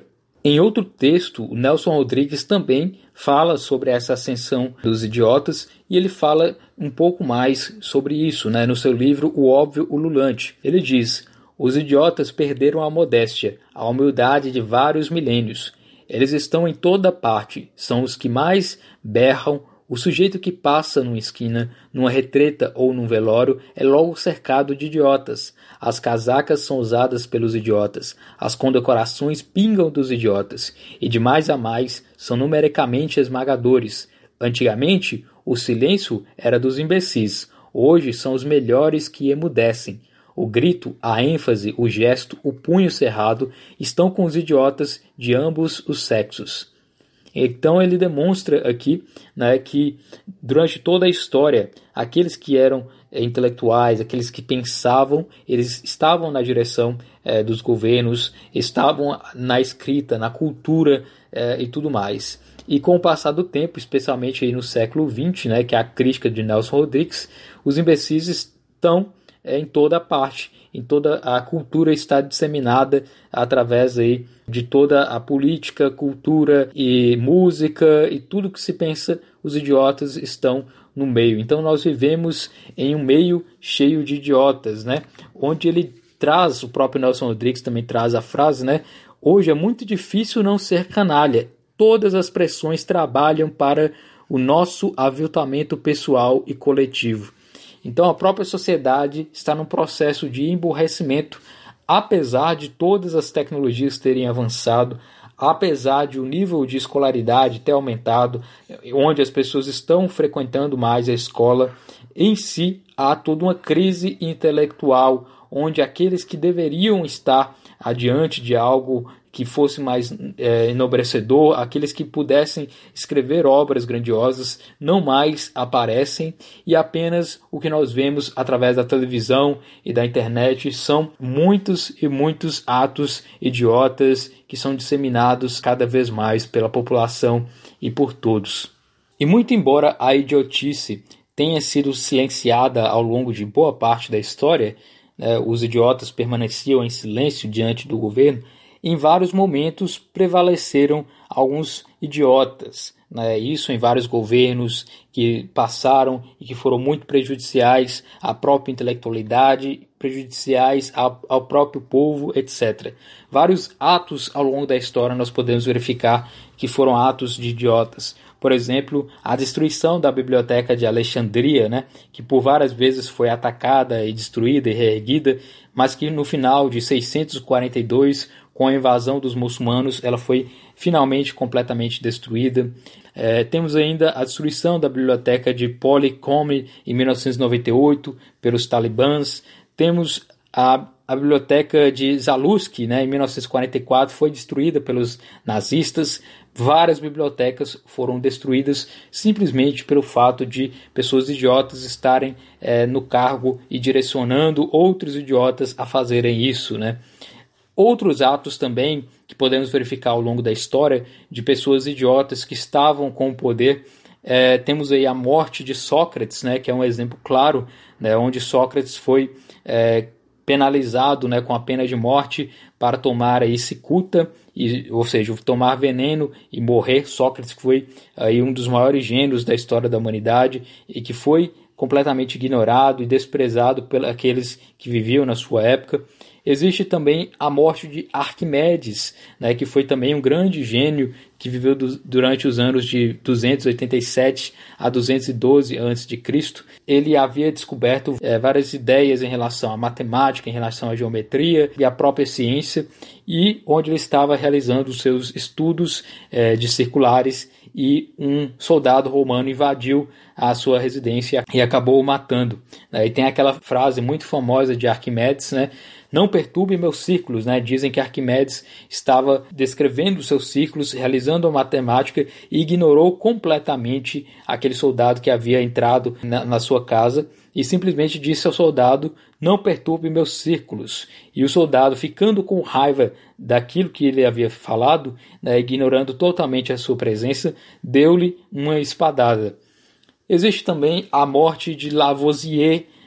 Em outro texto, o Nelson Rodrigues também fala sobre essa ascensão dos idiotas e ele fala um pouco mais sobre isso, né, no seu livro O Óbvio Ululante. Ele diz: os idiotas perderam a modéstia, a humildade de vários milênios. Eles estão em toda parte, são os que mais berram. O sujeito que passa numa esquina, numa retreta ou num velório é logo cercado de idiotas. As casacas são usadas pelos idiotas, as condecorações pingam dos idiotas, e de mais a mais são numericamente esmagadores. Antigamente, o silêncio era dos imbecis, hoje são os melhores que emudecem. O grito, a ênfase, o gesto, o punho cerrado estão com os idiotas de ambos os sexos. Então ele demonstra aqui, né, que durante toda a história, aqueles que eram é, intelectuais, aqueles que pensavam, eles estavam na direção é, dos governos, estavam na escrita, na cultura é, e tudo mais. E com o passar do tempo, especialmente aí no século vinte, né, que é a crítica de Nelson Rodrigues, os imbecis estão é, em toda parte. Em toda a cultura está disseminada através aí de toda a política, cultura e música e tudo que se pensa, os idiotas estão no meio. Então nós vivemos em um meio cheio de idiotas, né? Onde ele traz, o próprio Nelson Rodrigues também traz a frase, né? Hoje é muito difícil não ser canalha. Todas as pressões trabalham para o nosso aviltamento pessoal e coletivo. Então a própria sociedade está num processo de emburrecimento, apesar de todas as tecnologias terem avançado, apesar de o nível de escolaridade ter aumentado, onde as pessoas estão frequentando mais a escola, em si há toda uma crise intelectual, onde aqueles que deveriam estar adiante de algo que fosse mais é, enobrecedor, aqueles que pudessem escrever obras grandiosas, não mais aparecem, e apenas o que nós vemos através da televisão e da internet são muitos e muitos atos idiotas que são disseminados cada vez mais pela população e por todos. E muito embora a idiotice tenha sido silenciada ao longo de boa parte da história, né, os idiotas permaneciam em silêncio diante do governo, em vários momentos prevaleceram alguns idiotas, né? Isso em vários governos que passaram e que foram muito prejudiciais à própria intelectualidade, prejudiciais ao, ao próprio povo, etcétera. Vários atos ao longo da história nós podemos verificar que foram atos de idiotas. Por exemplo, a destruição da Biblioteca de Alexandria, né, que por várias vezes foi atacada e destruída e reerguida, mas que no final de seiscentos e quarenta e dois, com a invasão dos muçulmanos, ela foi finalmente completamente destruída. É, temos ainda a destruição da Biblioteca de Polycombe em mil novecentos e noventa e oito pelos talibãs. Temos a A biblioteca de Zaluski, né, em mil novecentos e quarenta e quatro, foi destruída pelos nazistas. Várias bibliotecas foram destruídas simplesmente pelo fato de pessoas idiotas estarem é, no cargo e direcionando outros idiotas a fazerem isso, né? Outros atos também que podemos verificar ao longo da história de pessoas idiotas que estavam com o poder. É, temos aí a morte de Sócrates, né, que é um exemplo claro, né, onde Sócrates foi é, penalizado, né, com a pena de morte para tomar aí cicuta, e, ou seja, tomar veneno e morrer. Sócrates foi aí um dos maiores gênios da história da humanidade e que foi completamente ignorado e desprezado pelos aqueles que viviam na sua época. Existe também a morte de Arquimedes, né, que foi também um grande gênio que viveu do, durante os anos de duzentos e oitenta e sete a duzentos e doze antes de Cristo. Ele havia descoberto é, várias ideias em relação à matemática, em relação à geometria e à própria ciência, e onde ele estava realizando os seus estudos é, de circulares, e um soldado romano invadiu a sua residência e acabou o matando. E tem aquela frase muito famosa de Arquimedes, né? Não perturbe meus círculos, né? Dizem que Arquimedes estava descrevendo os seus círculos, realizando a matemática, e ignorou completamente aquele soldado que havia entrado na, na sua casa e simplesmente disse ao soldado: não perturbe meus círculos. E o soldado, ficando com raiva daquilo que ele havia falado, né, ignorando totalmente a sua presença, deu-lhe uma espadada. Existe também a morte de Lavoisier,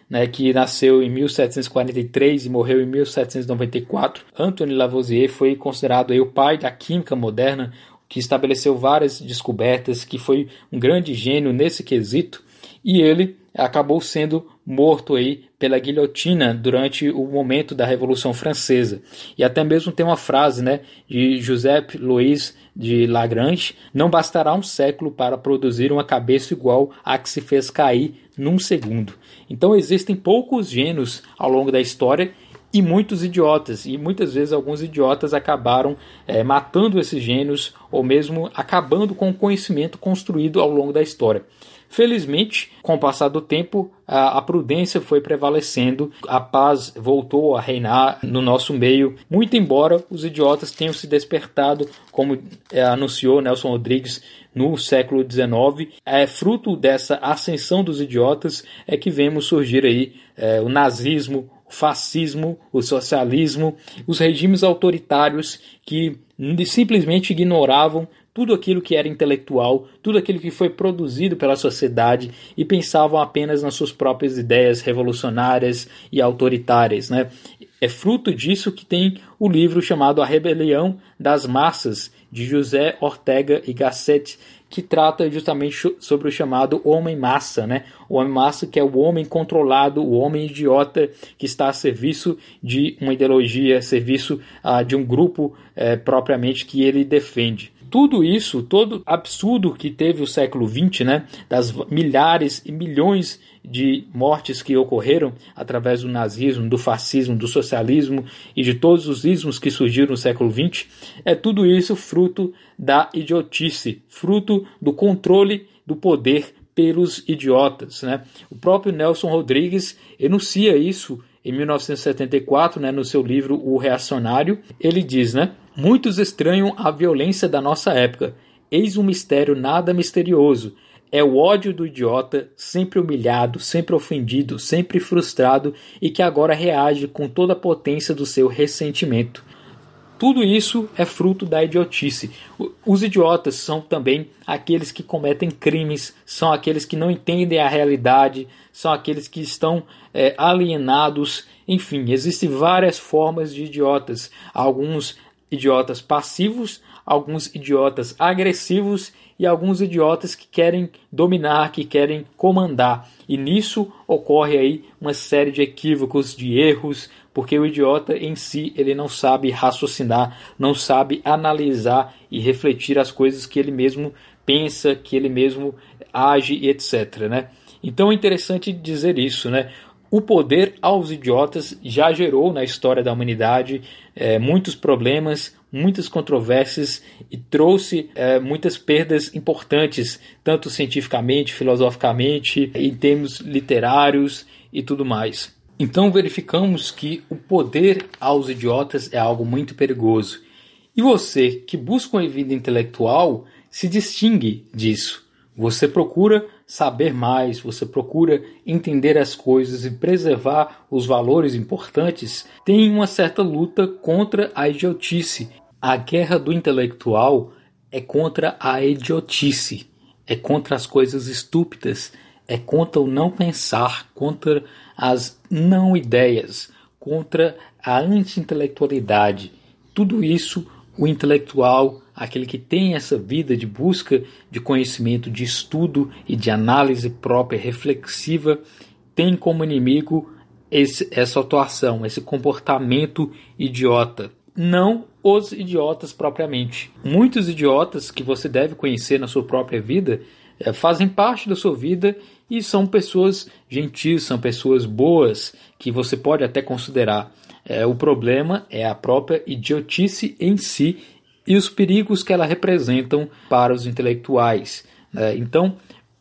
né, que nasceu em mil setecentos e quarenta e três e morreu em mil setecentos e noventa e quatro. Antoine Lavoisier foi considerado aí o pai da química moderna, que estabeleceu várias descobertas, que foi um grande gênio nesse quesito, e ele acabou sendo morto aí pela guilhotina durante o momento da Revolução Francesa. E até mesmo tem uma frase, né, de Joseph Louis de Lagrange: não bastará um século para produzir uma cabeça igual à que se fez cair num segundo. Então existem poucos gênios ao longo da história e muitos idiotas, e muitas vezes alguns idiotas acabaram é, matando esses gênios ou mesmo acabando com o conhecimento construído ao longo da história. Felizmente, com o passar do tempo, a, a prudência foi prevalecendo, a paz voltou a reinar no nosso meio, muito embora os idiotas tenham se despertado, como é, anunciou Nelson Rodrigues no século dezenove. É fruto dessa ascensão dos idiotas é que vemos surgir aí é, o nazismo, o fascismo, o socialismo, os regimes autoritários que simplesmente ignoravam tudo aquilo que era intelectual, tudo aquilo que foi produzido pela sociedade e pensavam apenas nas suas próprias ideias revolucionárias e autoritárias, né? É fruto disso que tem o livro chamado A Rebelião das Massas, de José Ortega y Gasset, que trata justamente sobre o chamado homem-massa, né? O homem-massa, que é o homem controlado, o homem idiota que está a serviço de uma ideologia, a serviço uh, de um grupo uh, propriamente que ele defende. Tudo isso, todo absurdo que teve o século vinte, né, das milhares e milhões de mortes que ocorreram através do nazismo, do fascismo, do socialismo e de todos os ismos que surgiram no século vinte, é tudo isso fruto da idiotice, fruto do controle do poder pelos idiotas, né? O próprio Nelson Rodrigues enuncia isso em mil novecentos e setenta e quatro, né, no seu livro O Reacionário. Ele diz, né: muitos estranham a violência da nossa época. Eis um mistério nada misterioso. É o ódio do idiota, sempre humilhado, sempre ofendido, sempre frustrado e que agora reage com toda a potência do seu ressentimento. Tudo isso é fruto da idiotice. Os idiotas são também aqueles que cometem crimes, são aqueles que não entendem a realidade, são aqueles que estão é, alienados. Enfim, existem várias formas de idiotas. Alguns idiotas passivos, alguns idiotas agressivos e alguns idiotas que querem dominar, que querem comandar. E nisso ocorre aí uma série de equívocos, de erros, porque o idiota em si ele não sabe raciocinar, não sabe analisar e refletir as coisas que ele mesmo pensa, que ele mesmo age e etcétera, né? Então é interessante dizer isso, né? O poder aos idiotas já gerou na história da humanidade é, muitos problemas, muitas controvérsias e trouxe é, muitas perdas importantes, tanto cientificamente, filosoficamente, em termos literários e tudo mais. Então verificamos que o poder aos idiotas é algo muito perigoso. E você que busca uma vida intelectual se distingue disso. Você procura saber mais, você procura entender as coisas e preservar os valores importantes, tem uma certa luta contra a idiotice. A guerra do intelectual é contra a idiotice, é contra as coisas estúpidas, é contra o não pensar, contra as não ideias, contra a anti-intelectualidade. Tudo isso o intelectual, aquele que tem essa vida de busca de conhecimento, de estudo e de análise própria, reflexiva, tem como inimigo esse, essa atuação, esse comportamento idiota. Não os idiotas propriamente. Muitos idiotas que você deve conhecer na sua própria vida é, fazem parte da sua vida e são pessoas gentis, são pessoas boas que você pode até considerar. É, o problema é a própria idiotice em si e os perigos que ela representam para os intelectuais. Né? Então,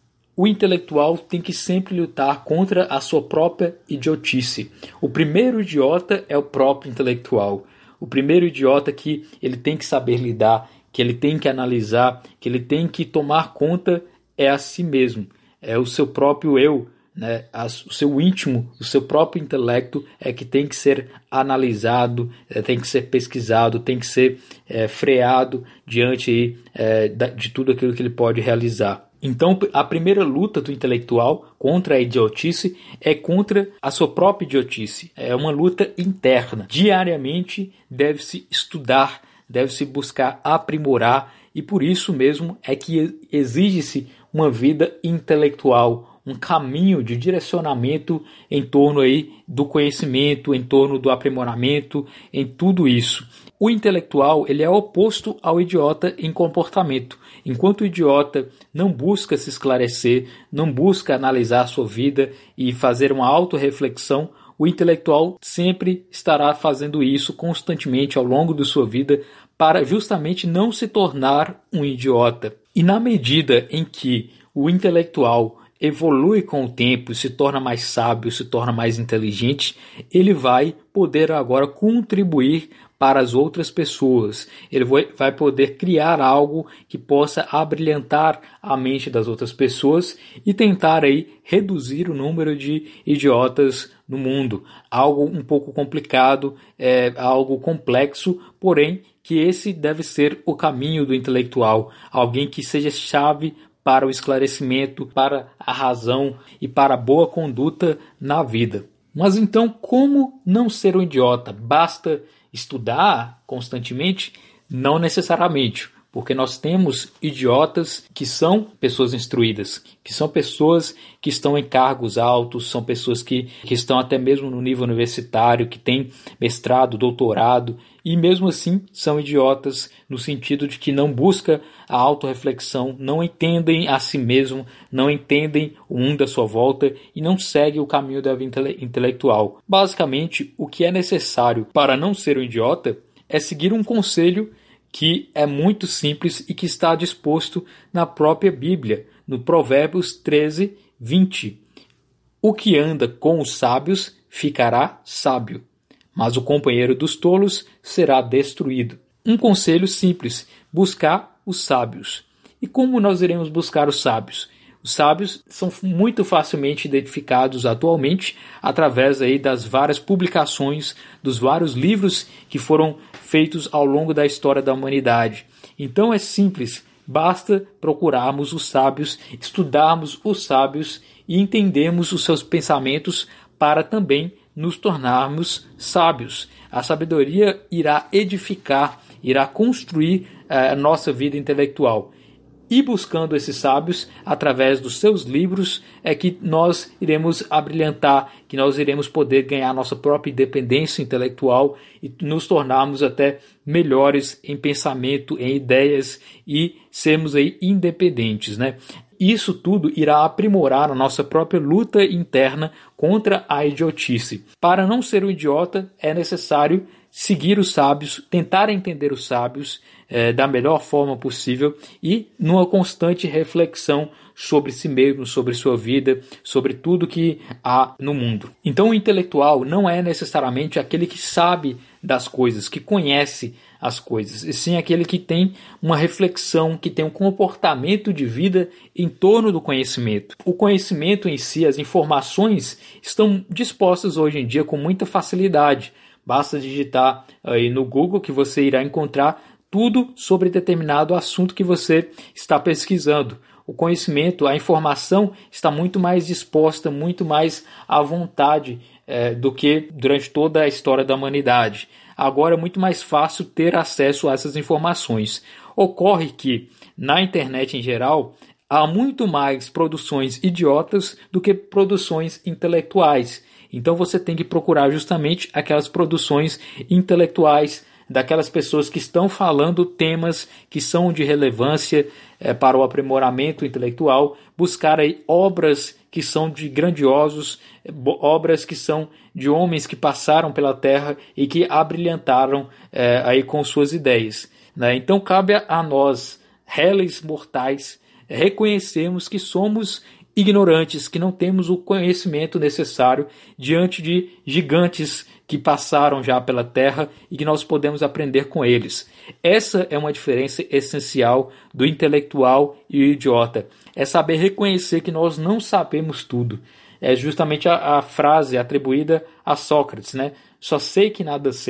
o intelectual tem que sempre lutar contra a sua própria idiotice. O primeiro idiota é o próprio intelectual. O primeiro idiota que ele tem que saber lidar, que ele tem que analisar, que ele tem que tomar conta é a si mesmo. É o seu próprio eu, né? O seu íntimo, o seu próprio intelecto é que tem que ser analisado, é, tem que ser pesquisado, tem que ser é, freado diante é, de tudo aquilo que ele pode realizar. Então, a primeira luta do intelectual contra a idiotice é contra a sua própria idiotice. É uma luta interna. Diariamente deve-se estudar, deve-se buscar aprimorar, e por isso mesmo é que exige-se uma vida intelectual, um caminho de direcionamento em torno aí do conhecimento, em torno do aprimoramento, em tudo isso. O intelectual ele é oposto ao idiota em comportamento. Enquanto o idiota não busca se esclarecer, não busca analisar a sua vida e fazer uma autorreflexão, o intelectual sempre estará fazendo isso constantemente ao longo de sua vida para justamente não se tornar um idiota. E na medida em que o intelectual evolui com o tempo, se torna mais sábio, se torna mais inteligente, ele vai poder agora contribuir para as outras pessoas. Ele vai poder criar algo que possa abrilhantar a mente das outras pessoas e tentar aí reduzir o número de idiotas no mundo. Algo um pouco complicado, é, algo complexo, porém que esse deve ser o caminho do intelectual. Alguém que seja chave para o esclarecimento, para a razão e para a boa conduta na vida. Mas então, como não ser um idiota? Basta estudar constantemente? Não necessariamente, porque nós temos idiotas que são pessoas instruídas, que são pessoas que estão em cargos altos, são pessoas que, que estão até mesmo no nível universitário, que têm mestrado, doutorado, e mesmo assim são idiotas no sentido de que não buscam a autorreflexão, não entendem a si mesmo, não entendem o mundo à sua volta e não seguem o caminho da vida intele- intelectual. Basicamente, o que é necessário para não ser um idiota é seguir um conselho que é muito simples e que está disposto na própria Bíblia, no Provérbios treze, vinte. O que anda com os sábios ficará sábio, mas o companheiro dos tolos será destruído. Um conselho simples: buscar os sábios. E como nós iremos buscar os sábios? Os sábios são muito facilmente identificados atualmente através aí das várias publicações, dos vários livros que foram feitos ao longo da história da humanidade. Então é simples, basta procurarmos os sábios, estudarmos os sábios e entendermos os seus pensamentos para também nos tornarmos sábios. A sabedoria irá edificar, irá construir a nossa vida intelectual. E buscando esses sábios, através dos seus livros, é que nós iremos abrilhantar, que nós iremos poder ganhar nossa própria independência intelectual e nos tornarmos até melhores em pensamento, em ideias e sermos aí independentes, né? Isso tudo irá aprimorar a nossa própria luta interna contra a idiotice. Para não ser um idiota, é necessário seguir os sábios, tentar entender os sábios eh, da melhor forma possível e numa constante reflexão sobre si mesmo, sobre sua vida, sobre tudo que há no mundo. Então o intelectual não é necessariamente aquele que sabe das coisas, que conhece as coisas, e sim aquele que tem uma reflexão, que tem um comportamento de vida em torno do conhecimento. O conhecimento em si, as informações, estão dispostas hoje em dia com muita facilidade. Basta digitar aí no Google que você irá encontrar tudo sobre determinado assunto que você está pesquisando. O conhecimento, a informação está muito mais disposta, muito mais à vontade é, do que durante toda a história da humanidade. Agora é muito mais fácil ter acesso a essas informações. Ocorre que, na internet em geral, há muito mais produções idiotas do que produções intelectuais. Então você tem que procurar justamente aquelas produções intelectuais, daquelas pessoas que estão falando temas que são de relevância é, para o aprimoramento intelectual, buscar aí obras que são de grandiosos, obras que são de homens que passaram pela terra e que abrilhantaram é, aí com suas ideias, né? Então cabe a nós, réis mortais, reconhecermos que somos ignorantes, que não temos o conhecimento necessário diante de gigantes que passaram já pela terra e que nós podemos aprender com eles. Essa é uma diferença essencial do intelectual e o idiota. É saber reconhecer que nós não sabemos tudo. É justamente a, a frase atribuída a Sócrates, né? Só sei que nada sei.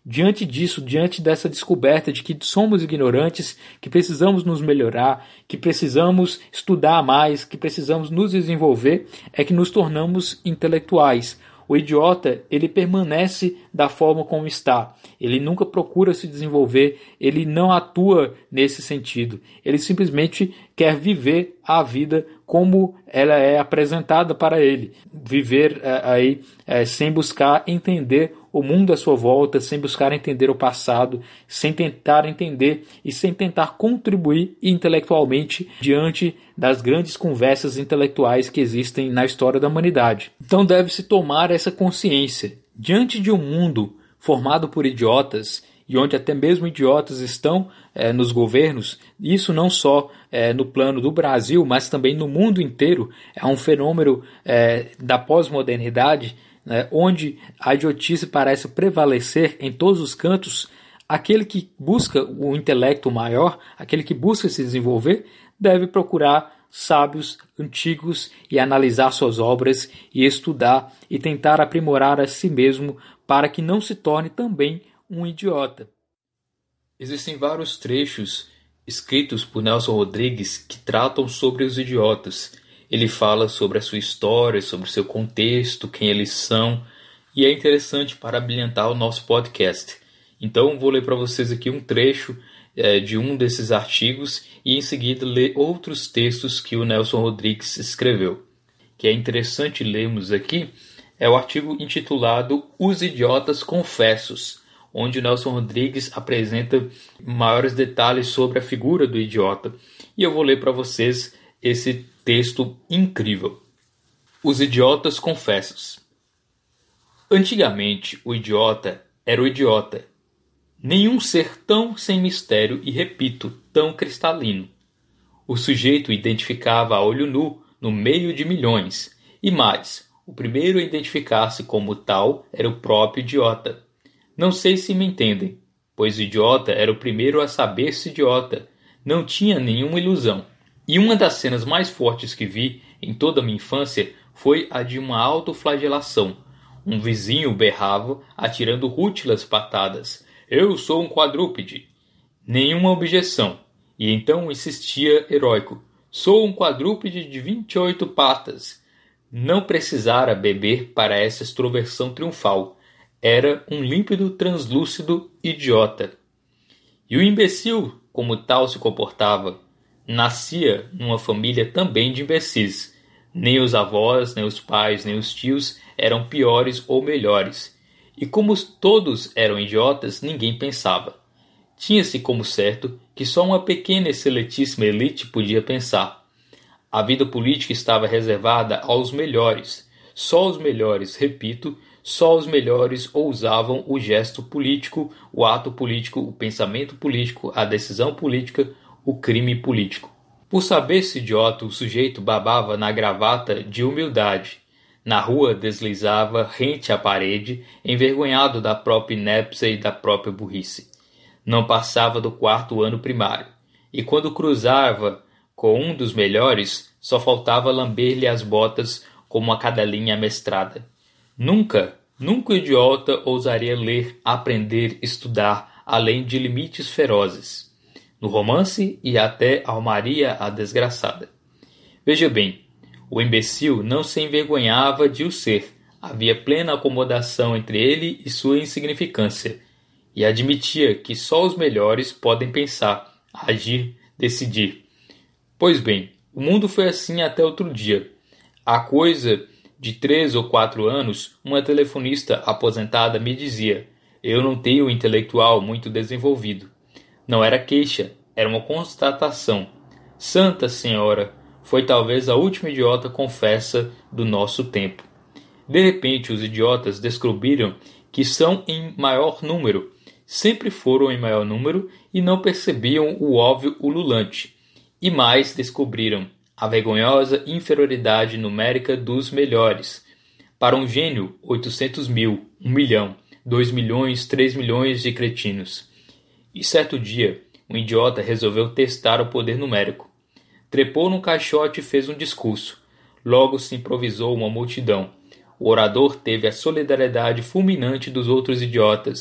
Diante disso, diante dessa descoberta de que somos ignorantes, que precisamos nos melhorar, que precisamos estudar mais, que precisamos nos desenvolver, é que nos tornamos intelectuais. O idiota, ele permanece da forma como está. Ele nunca procura se desenvolver, ele não atua nesse sentido. Ele simplesmente quer viver a vida como ela é apresentada para ele. Viver é, aí é, sem buscar entender o mundo à sua volta, sem buscar entender o passado, sem tentar entender e sem tentar contribuir intelectualmente diante das grandes conversas intelectuais que existem na história da humanidade. Então deve-se tomar essa consciência. Diante de um mundo formado por idiotas, e onde até mesmo idiotas estão é, nos governos, isso não só é, no plano do Brasil, mas também no mundo inteiro, é um fenômeno é, da pós-modernidade, né, onde a idiotice parece prevalecer em todos os cantos. Aquele que busca o intelecto maior, aquele que busca se desenvolver, deve procurar sábios antigos e analisar suas obras e estudar e tentar aprimorar a si mesmo para que não se torne também um idiota. Existem vários trechos escritos por Nelson Rodrigues que tratam sobre os idiotas. Ele fala sobre a sua história, sobre o seu contexto, quem eles são, e é interessante para abrilhantar o nosso podcast. Então vou ler para vocês aqui um trecho é, de um desses artigos e em seguida ler outros textos que o Nelson Rodrigues escreveu. Que é interessante lermos aqui é o artigo intitulado Os Idiotas Confessos, onde o Nelson Rodrigues apresenta maiores detalhes sobre a figura do idiota. E eu vou ler para vocês esse texto incrível. Os Idiotas Confessos. Antigamente, o idiota era o idiota. Nenhum ser tão sem mistério e, repito, tão cristalino. O sujeito identificava a olho nu no meio de milhões. E mais, o primeiro a identificar-se como tal era o próprio idiota. Não sei se me entendem, pois o idiota era o primeiro a saber-se idiota. Não tinha nenhuma ilusão. E uma das cenas mais fortes que vi em toda a minha infância foi a de uma autoflagelação. Um vizinho berrava, atirando rútilas patadas. Eu sou um quadrúpede. Nenhuma objeção. E então insistia heróico. Sou um quadrúpede de vinte e oito patas. Não precisara beber para essa extroversão triunfal. Era um límpido, translúcido idiota. E o imbecil, como tal, se comportava. Nascia numa família também de imbecis. Nem os avós, nem os pais, nem os tios eram piores ou melhores. E como todos eram idiotas, ninguém pensava. Tinha-se como certo que só uma pequena e seletíssima elite podia pensar. A vida política estava reservada aos melhores. Só os melhores, repito, só os melhores ousavam o gesto político, o ato político, o pensamento político, a decisão política, o crime político. Por saber-se idiota, o sujeito babava na gravata de humildade. Na rua deslizava rente à parede, envergonhado da própria inépcia e da própria burrice. Não passava do quarto ano primário. E quando cruzava com um dos melhores, só faltava lamber-lhe as botas como uma cadelinha amestrada. Nunca, nunca o idiota ousaria ler, aprender, estudar, além de limites ferozes. No romance e até almaria a desgraçada. Veja bem, o imbecil não se envergonhava de o ser. Havia plena acomodação entre ele e sua insignificância. E admitia que só os melhores podem pensar, agir, decidir. Pois bem, o mundo foi assim até outro dia. Há coisa de três ou quatro anos, uma telefonista aposentada me dizia: eu não tenho um intelectual muito desenvolvido. Não era queixa, era uma constatação. Santa Senhora, foi talvez a última idiota confessa do nosso tempo. De repente, os idiotas descobriram que são em maior número, sempre foram em maior número e não percebiam o óbvio ululante. E mais descobriram a vergonhosa inferioridade numérica dos melhores. Para um gênio, oitocentos mil, um milhão, dois milhões, três milhões de cretinos. E certo dia, um idiota resolveu testar o poder numérico. Trepou num caixote e fez um discurso. Logo se improvisou uma multidão. O orador teve a solidariedade fulminante dos outros idiotas.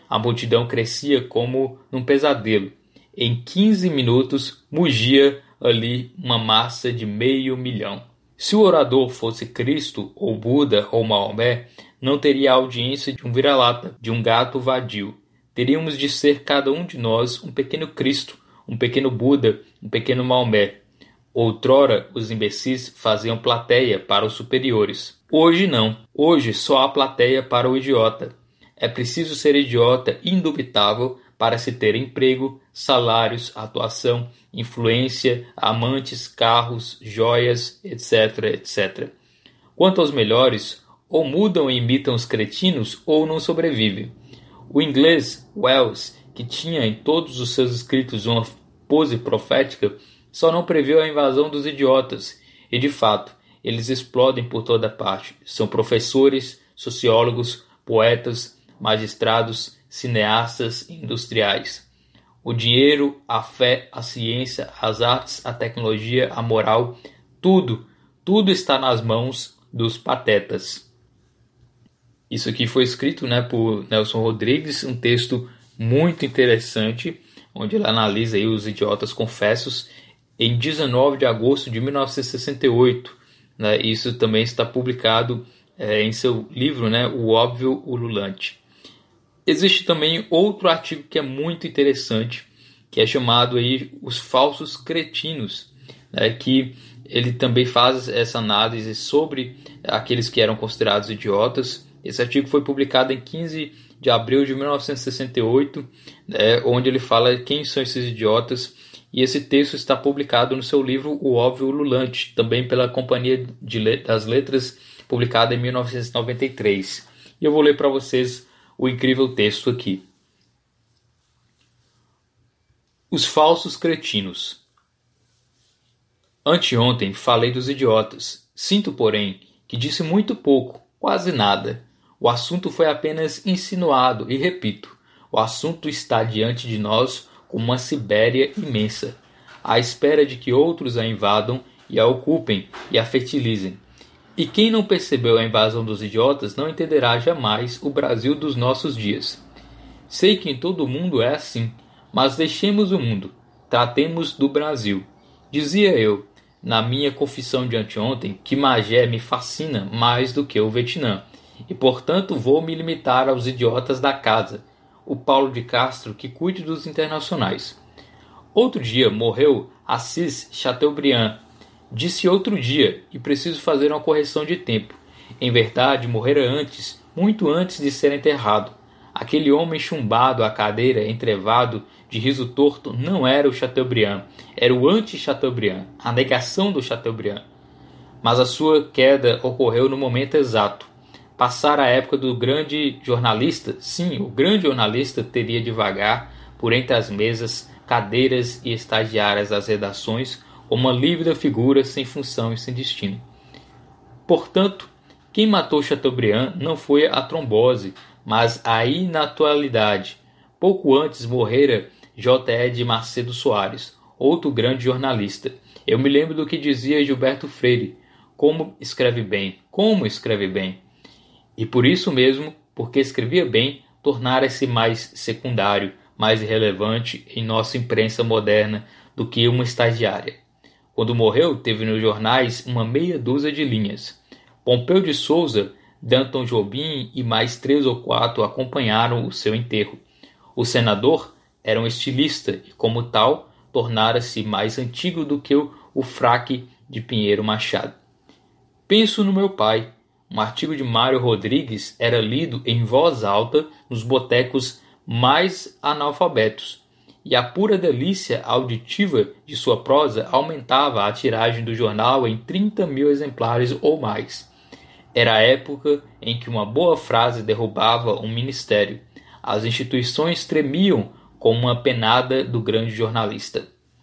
A multidão crescia como num pesadelo. Em quinze minutos, mugia ali uma massa de meio milhão. Se o orador fosse Cristo, ou Buda, ou Maomé, não teria a audiência de um vira-lata, de um gato vadio. Teríamos de ser cada um de nós um pequeno Cristo, um pequeno Buda, um pequeno Maomé. Outrora, os imbecis faziam plateia para os superiores. Hoje não. Hoje só há plateia para o idiota. É preciso ser idiota indubitável para se ter emprego, salários, atuação, influência, amantes, carros, joias, etc, etcétera. Quanto aos melhores, ou mudam e imitam os cretinos ou não sobrevivem. O inglês Wells, que tinha em todos os seus escritos uma pose profética, só não previu a invasão dos idiotas, e de fato, eles explodem por toda parte. São professores, sociólogos, poetas, magistrados, cineastas e industriais. O dinheiro, a fé, a ciência, as artes, a tecnologia, a moral, tudo, tudo está nas mãos dos patetas. Isso aqui foi escrito, né, por Nelson Rodrigues, um texto muito interessante, onde ele analisa aí os idiotas confessos, em dezenove de agosto de mil novecentos e sessenta e oito. Né, isso também está publicado é, em seu livro, né, O Óbvio Ululante. Existe também outro artigo que é muito interessante, que é chamado aí Os Falsos Cretinos, né, que ele também faz essa análise sobre aqueles que eram considerados idiotas. Esse artigo foi publicado em quinze de abril de mil novecentos e sessenta e oito, né, onde ele fala quem são esses idiotas, e esse texto está publicado no seu livro O Óbvio Ululante, também pela Companhia de Let- das Letras, publicado em mil novecentos e noventa e três. E eu vou ler para vocês o incrível texto aqui. Os falsos cretinos. Anteontem falei dos idiotas. Sinto, porém, que disse muito pouco, quase nada. O assunto foi apenas insinuado, e repito, o assunto está diante de nós como uma Sibéria imensa, à espera de que outros a invadam e a ocupem e a fertilizem. E quem não percebeu a invasão dos idiotas não entenderá jamais o Brasil dos nossos dias. Sei que em todo o mundo é assim, mas deixemos o mundo, tratemos do Brasil. Dizia eu, na minha confissão de anteontem, que Magé me fascina mais do que o Vietnã, e portanto vou me limitar aos idiotas da casa, o Paulo de Castro que cuide dos internacionais. Outro dia morreu Assis Chateaubriand. Disse outro dia, e preciso fazer uma correção de tempo. Em verdade, morrera antes, muito antes de ser enterrado. Aquele homem chumbado à cadeira, entrevado, de riso torto, não era o Chateaubriand, era o anti-Chateaubriand, a negação do Chateaubriand. Mas a sua queda ocorreu no momento exato. Passara a época do grande jornalista, sim, o grande jornalista teria de vagar por entre as mesas, cadeiras e estagiárias das redações, como uma lívida figura sem função e sem destino. Portanto, quem matou Chateaubriand não foi a trombose, mas a inatualidade. Pouco antes morrera J E de Macedo Soares, outro grande jornalista. Eu me lembro do que dizia Gilberto Freire: como escreve bem, como escreve bem. E por isso mesmo, porque escrevia bem, tornara-se mais secundário, mais irrelevante em nossa imprensa moderna do que uma estagiária. Quando morreu, teve nos jornais uma meia dúzia de linhas. Pompeu de Souza, Danton Jobim e mais três ou quatro acompanharam o seu enterro. O senador era um estilista e, como tal, tornara-se mais antigo do que o, o fraque de Pinheiro Machado. Penso no meu pai. Um artigo de Mário Rodrigues era lido em voz alta nos botecos mais analfabetos, e a pura delícia auditiva de sua prosa aumentava a tiragem do jornal em trinta mil exemplares ou mais. Era a época em que uma boa frase derrubava um ministério. As instituições tremiam com uma penada do grande jornalista.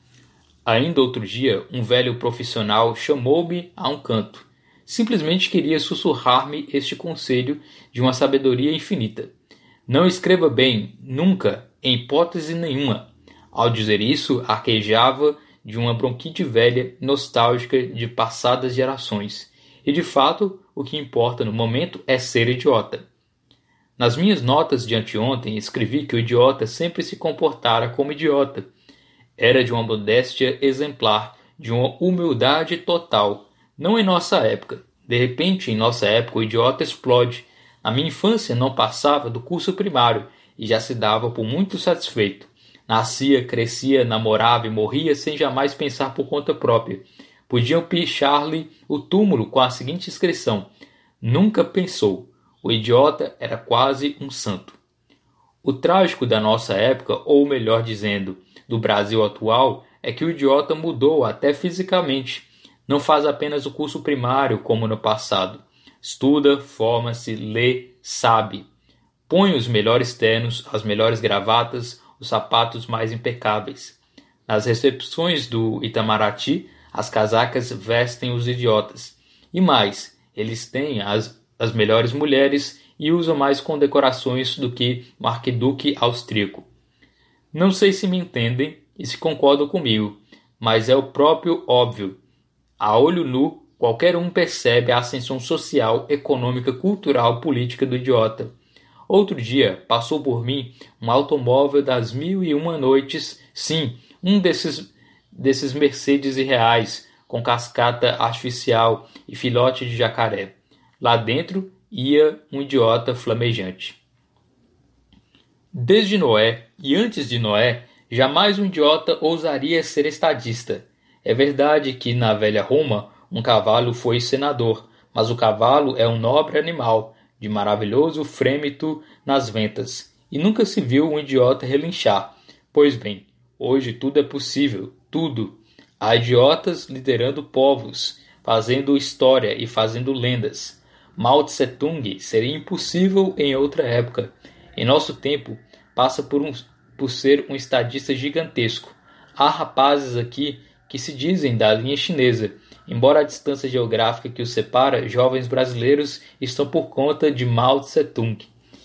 Ainda outro dia, um velho profissional chamou-me a um canto. Simplesmente queria sussurrar-me este conselho de uma sabedoria infinita. Não escreva bem, nunca, em hipótese nenhuma. Ao dizer isso, arquejava de uma bronquite velha, nostálgica de passadas gerações. E de fato, o que importa no momento é ser idiota. Nas minhas notas de anteontem escrevi que o idiota sempre se comportara como idiota. Era de uma modéstia exemplar, de uma humildade total. Não em nossa época. De repente, em nossa época, o idiota explode. Na minha infância não passava do curso primário e já se dava por muito satisfeito. Nascia, crescia, namorava e morria sem jamais pensar por conta própria. Podiam pichar-lhe o túmulo com a seguinte inscrição: nunca pensou. O idiota era quase um santo. O trágico da nossa época, ou melhor dizendo, do Brasil atual, é que o idiota mudou até fisicamente. Não faz apenas o curso primário como no passado. Estuda, forma-se, lê, sabe. Põe os melhores ternos, as melhores gravatas, os sapatos mais impecáveis. Nas recepções do Itamaraty, as casacas vestem os idiotas. E mais, eles têm as, as melhores mulheres e usam mais condecorações do que o arquiduque austríaco. Não sei se me entendem e se concordam comigo, mas é o próprio óbvio. A olho nu, qualquer um percebe a ascensão social, econômica, cultural, política do idiota. Outro dia, passou por mim um automóvel das mil e uma noites, sim, um desses, desses Mercedes irreais, com cascata artificial e filhote de jacaré. Lá dentro ia um idiota flamejante. Desde Noé, e antes de Noé, jamais um idiota ousaria ser estadista. É verdade que na velha Roma um cavalo foi senador, mas o cavalo é um nobre animal, de maravilhoso frêmito nas ventas, e nunca se viu um idiota relinchar. Pois bem, hoje tudo é possível, tudo. Há idiotas liderando povos, fazendo história e fazendo lendas. Mao Tse-tung seria impossível em outra época. Em nosso tempo, passa por, um, por ser um estadista gigantesco. Há rapazes aqui que se dizem da linha chinesa, embora a distância geográfica que os separa, jovens brasileiros estão por conta de Mao Tse-tung.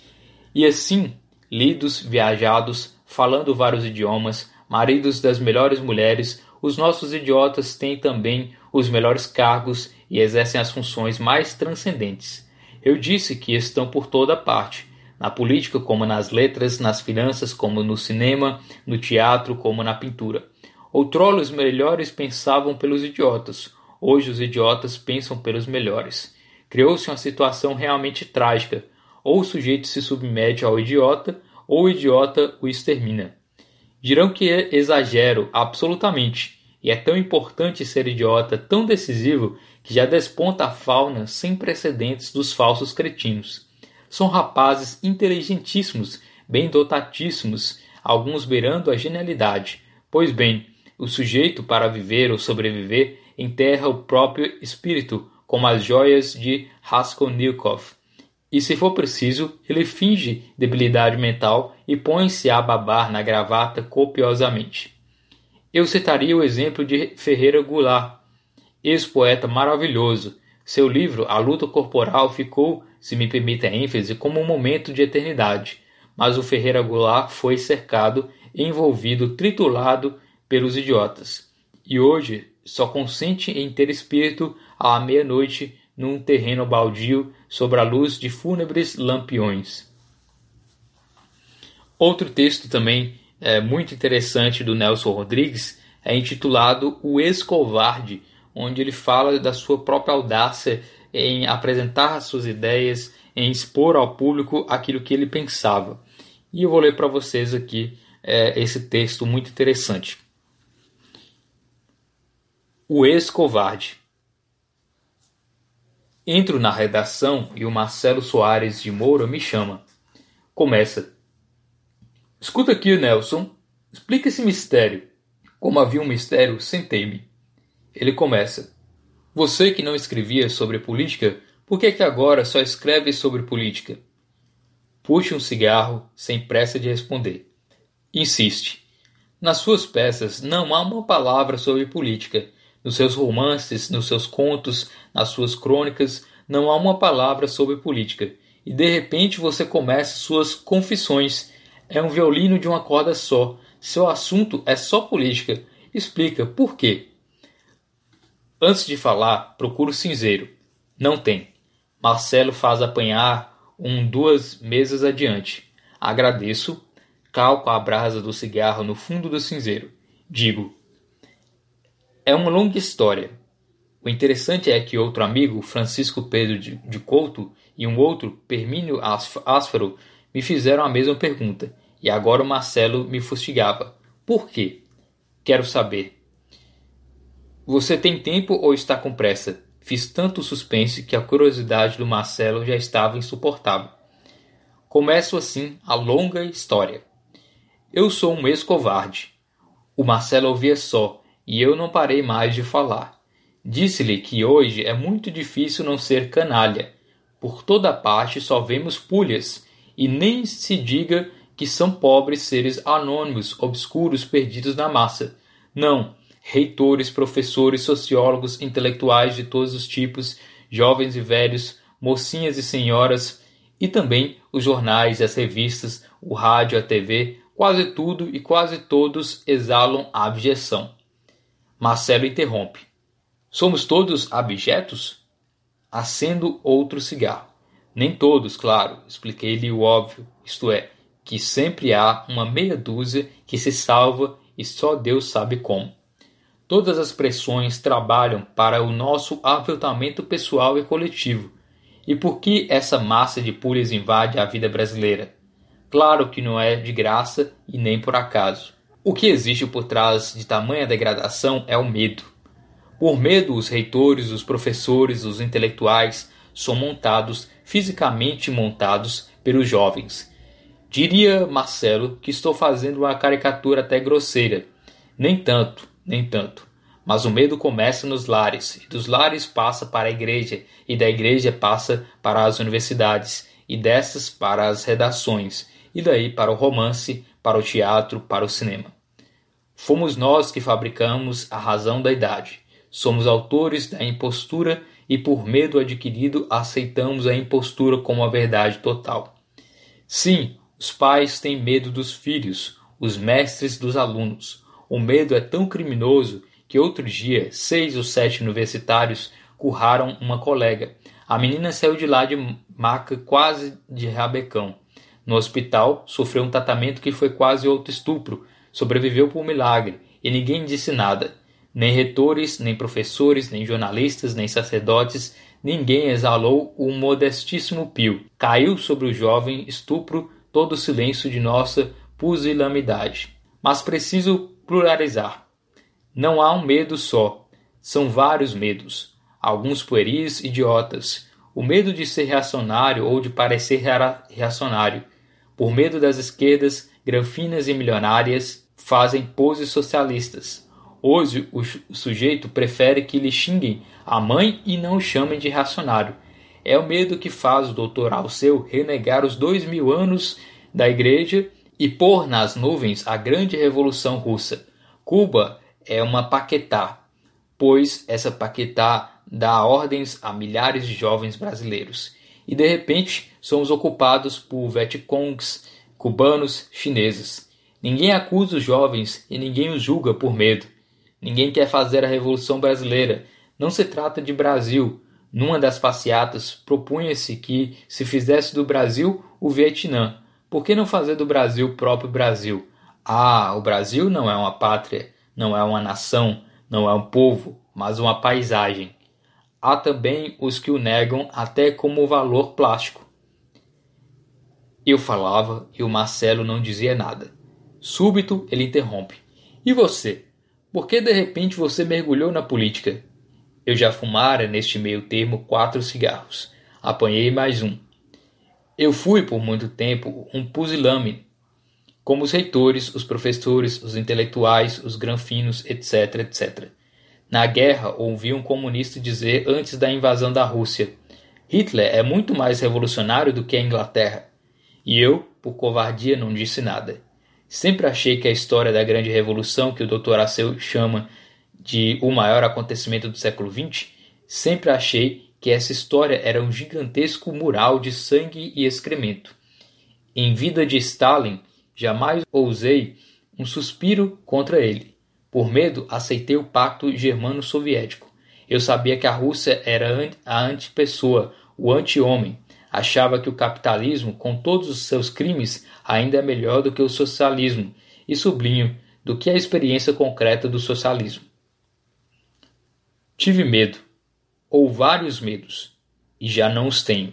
E assim, lidos, viajados, falando vários idiomas, maridos das melhores mulheres, os nossos idiotas têm também os melhores cargos e exercem as funções mais transcendentes. Eu disse que estão por toda parte, na política como nas letras, nas finanças como no cinema, no teatro como na pintura. Outrora os melhores pensavam pelos idiotas, hoje os idiotas pensam pelos melhores. Criou-se uma situação realmente trágica, ou o sujeito se submete ao idiota, ou o idiota o extermina. Dirão que é exagero, absolutamente, e é tão importante ser idiota, tão decisivo, que já desponta a fauna sem precedentes dos falsos cretinos. São rapazes inteligentíssimos, bem dotatíssimos, alguns beirando a genialidade. Pois bem, o sujeito, para viver ou sobreviver, enterra o próprio espírito, como as joias de Raskolnikov. E, se for preciso, ele finge debilidade mental e põe-se a babar na gravata copiosamente. Eu citaria o exemplo de Ferreira Goulart, ex-poeta maravilhoso. Seu livro, A Luta Corporal, ficou, se me permite a ênfase, como um momento de eternidade. Mas o Ferreira Goulart foi cercado, envolvido, tritulado pelos idiotas. E hoje só consente em ter espírito à meia-noite num terreno baldio sobre a luz de fúnebres lampiões. Outro texto também é, muito interessante do Nelson Rodrigues é intitulado O Ex-Covarde, onde ele fala da sua própria audácia em apresentar as suas ideias, em expor ao público aquilo que ele pensava. E eu vou ler para vocês aqui é, esse texto muito interessante. O Ex-Covarde. Entro na redação e o Marcelo Soares de Moura me chama. Começa. Escuta aqui, Nelson. Explica esse mistério. Como havia um mistério, sentei-me. Ele começa. Você que não escrevia sobre política, por que que agora só escreve sobre política? Puxa um cigarro, sem pressa de responder. Insiste. Nas suas peças não há uma palavra sobre política. Nos seus romances, nos seus contos, nas suas crônicas, não há uma palavra sobre política. E de repente você começa suas confissões. É um violino de uma corda só. Seu assunto é só política. Explica por quê. Antes de falar, procuro cinzeiro. Não tem. Marcelo faz apanhar um duas mesas adiante. Agradeço, calco a brasa do cigarro no fundo do cinzeiro. Digo: é uma longa história. O interessante é que outro amigo, Francisco Pedro de, de Couto, e um outro, Permínio Asfaro, me fizeram a mesma pergunta. E agora o Marcelo me fustigava. Por quê? Quero saber. Você tem tempo ou está com pressa? Fiz tanto suspense que a curiosidade do Marcelo já estava insuportável. Começo assim a longa história. Eu sou um ex-covarde. O Marcelo ouvia só, e eu não parei mais de falar. Disse-lhe que hoje é muito difícil não ser canalha. Por toda parte só vemos pulhas, e nem se diga que são pobres seres anônimos, obscuros, perdidos na massa. Não, reitores, professores, sociólogos, intelectuais de todos os tipos, jovens e velhos, mocinhas e senhoras, e também os jornais, as revistas, o rádio, a T V, quase tudo e quase todos exalam a abjeção. Marcelo interrompe. Somos todos abjetos? Acendo outro cigarro. Nem todos, claro, expliquei-lhe o óbvio, isto é, que sempre há uma meia dúzia que se salva e só Deus sabe como. Todas as pressões trabalham para o nosso aviltamento pessoal e coletivo. E por que essa massa de pulhas invade a vida brasileira? Claro que não é de graça e nem por acaso. O que existe por trás de tamanha degradação é o medo. Por medo, os reitores, os professores, os intelectuais são montados, fisicamente montados, pelos jovens. Diria Marcelo que estou fazendo uma caricatura até grosseira. Nem tanto, nem tanto. Mas o medo começa nos lares, e dos lares passa para a igreja, e da igreja passa para as universidades, e dessas para as redações, e daí para o romance, para o teatro, para o cinema. Fomos nós que fabricamos a razão da idade. Somos autores da impostura e por medo adquirido aceitamos a impostura como a verdade total. Sim, os pais têm medo dos filhos, os mestres dos alunos. O medo é tão criminoso que outro dia seis ou sete universitários curraram uma colega. A menina saiu de lá de maca quase de rabecão. No hospital, sofreu um tratamento que foi quase outro estupro. Sobreviveu por milagre e ninguém disse nada. Nem retores, nem professores, nem jornalistas, nem sacerdotes, ninguém exalou um modestíssimo pio. Caiu sobre o jovem estupro todo o silêncio de nossa pusilanimidade. Mas preciso pluralizar. Não há um medo só, são vários medos, alguns pueris, idiotas. O medo de ser reacionário ou de parecer reacionário. Por medo das esquerdas, granfinas e milionárias fazem poses socialistas. Hoje o sujeito prefere que lhe xinguem a mãe e não o chamem de reacionário. É o medo que faz o doutor Alceu renegar os dois mil anos da igreja e pôr nas nuvens a grande revolução russa. Cuba é uma Paquetá, pois essa Paquetá dá ordens a milhares de jovens brasileiros. E de repente somos ocupados por Vietcongs, cubanos, chineses. Ninguém acusa os jovens e ninguém os julga por medo. Ninguém quer fazer a Revolução Brasileira. Não se trata de Brasil. Numa das passeatas, propunha-se que se fizesse do Brasil o Vietnã. Por que não fazer do Brasil o próprio Brasil? Ah, o Brasil não é uma pátria, não é uma nação, não é um povo, mas uma paisagem. Há também os que o negam até como valor plástico. Eu falava e o Marcelo não dizia nada. Súbito ele interrompe. E você? Por que de repente você mergulhou na política? Eu já fumara neste meio termo quatro cigarros. Apanhei mais um. Eu fui por muito tempo um pusilânime, como os reitores, os professores, os intelectuais, os granfinos, etc, etcétera. Na guerra ouvi um comunista dizer antes da invasão da Rússia: Hitler é muito mais revolucionário do que a Inglaterra. E eu, por covardia, não disse nada. Sempre achei que a história da grande revolução, que o doutor Alceu chama de o maior acontecimento do século vinte, sempre achei que essa história era um gigantesco mural de sangue e excremento. Em vida de Stalin, jamais ousei um suspiro contra ele. Por medo, aceitei o pacto germano-soviético. Eu sabia que a Rússia era a antipessoa, o anti-homem. Achava que o capitalismo, com todos os seus crimes, ainda é melhor do que o socialismo, e sublinho, do que a experiência concreta do socialismo. Tive medo, ou vários medos, e já não os tenho.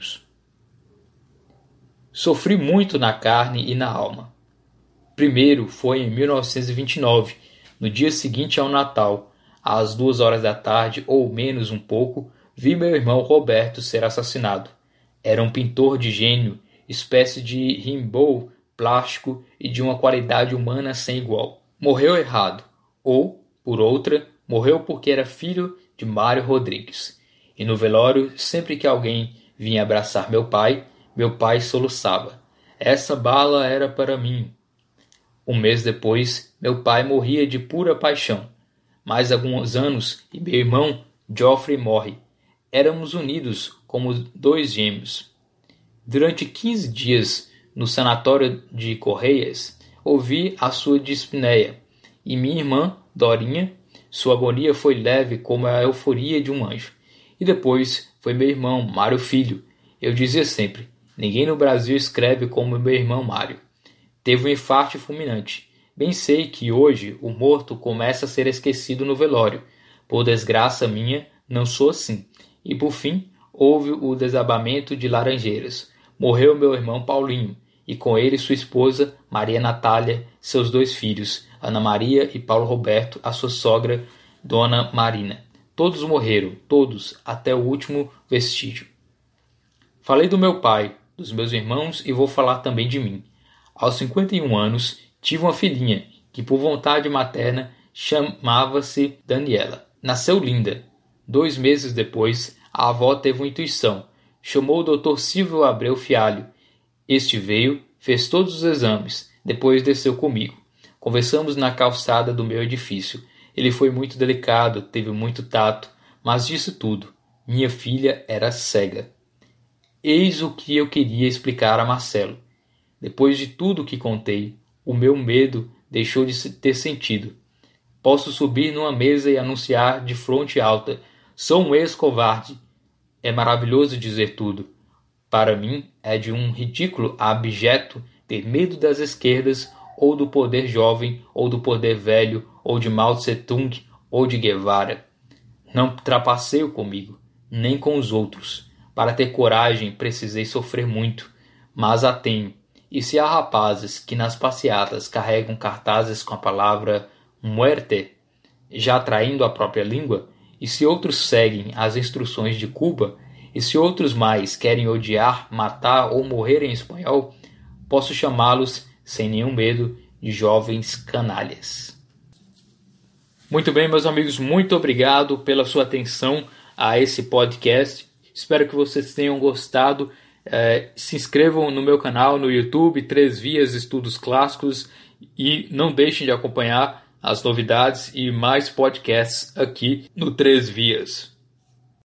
Sofri muito na carne e na alma. Primeiro foi em mil novecentos e vinte e nove, no dia seguinte ao Natal, às duas horas da tarde, ou menos um pouco, vi meu irmão Roberto ser assassinado. Era um pintor de gênio, espécie de Rimbaud plástico e de uma qualidade humana sem igual. Morreu errado, ou, por outra, morreu porque era filho de Mário Rodrigues. E no velório, sempre que alguém vinha abraçar meu pai, meu pai soluçava. Essa bala era para mim. Um mês depois, meu pai morria de pura paixão. Mais alguns anos e meu irmão, Geoffrey, morre. Éramos unidos como dois gêmeos. Durante quinze dias, no sanatório de Correias, ouvi a sua dispneia. E minha irmã, Dorinha, sua agonia foi leve como a euforia de um anjo. E depois foi meu irmão, Mário Filho. Eu dizia sempre, ninguém no Brasil escreve como meu irmão Mário. Teve um infarto fulminante. Bem sei que hoje o morto começa a ser esquecido no velório. Por desgraça minha, não sou assim. E por fim, houve o desabamento de Laranjeiras. Morreu meu irmão Paulinho, e com ele sua esposa, Maria Natália, seus dois filhos, Ana Maria e Paulo Roberto, a sua sogra, Dona Marina. Todos morreram, todos, até o último vestígio. Falei do meu pai, dos meus irmãos e vou falar também de mim. Aos cinquenta e um anos, tive uma filhinha, que por vontade materna chamava-se Daniela. Nasceu linda. Dois meses depois, a avó teve uma intuição. Chamou o doutor Silvio Abreu Fialho. Este veio, fez todos os exames, depois desceu comigo. Conversamos na calçada do meu edifício. Ele foi muito delicado, teve muito tato, mas disse tudo. Minha filha era cega. Eis o que eu queria explicar a Marcelo. Depois de tudo o que contei, o meu medo deixou de ter sentido. Posso subir numa mesa e anunciar de fronte alta: sou um ex-covarde. É maravilhoso dizer tudo. Para mim, é de um ridículo abjeto ter medo das esquerdas, ou do poder jovem, ou do poder velho, ou de Mao Tse-tung, ou de Guevara. Não trapaceio comigo, nem com os outros. Para ter coragem, precisei sofrer muito, mas a tenho. E se há rapazes que nas passeatas carregam cartazes com a palavra muerte, já traindo a própria língua, e se outros seguem as instruções de Cuba, e se outros mais querem odiar, matar ou morrer em espanhol, posso chamá-los, sem nenhum medo, de jovens canalhas. Muito bem, meus amigos, muito obrigado pela sua atenção a esse podcast. Espero que vocês tenham gostado. É, se inscrevam no meu canal no YouTube, Três Vias Estudos Clássicos, e não deixem de acompanhar as novidades e mais podcasts aqui no Três Vias.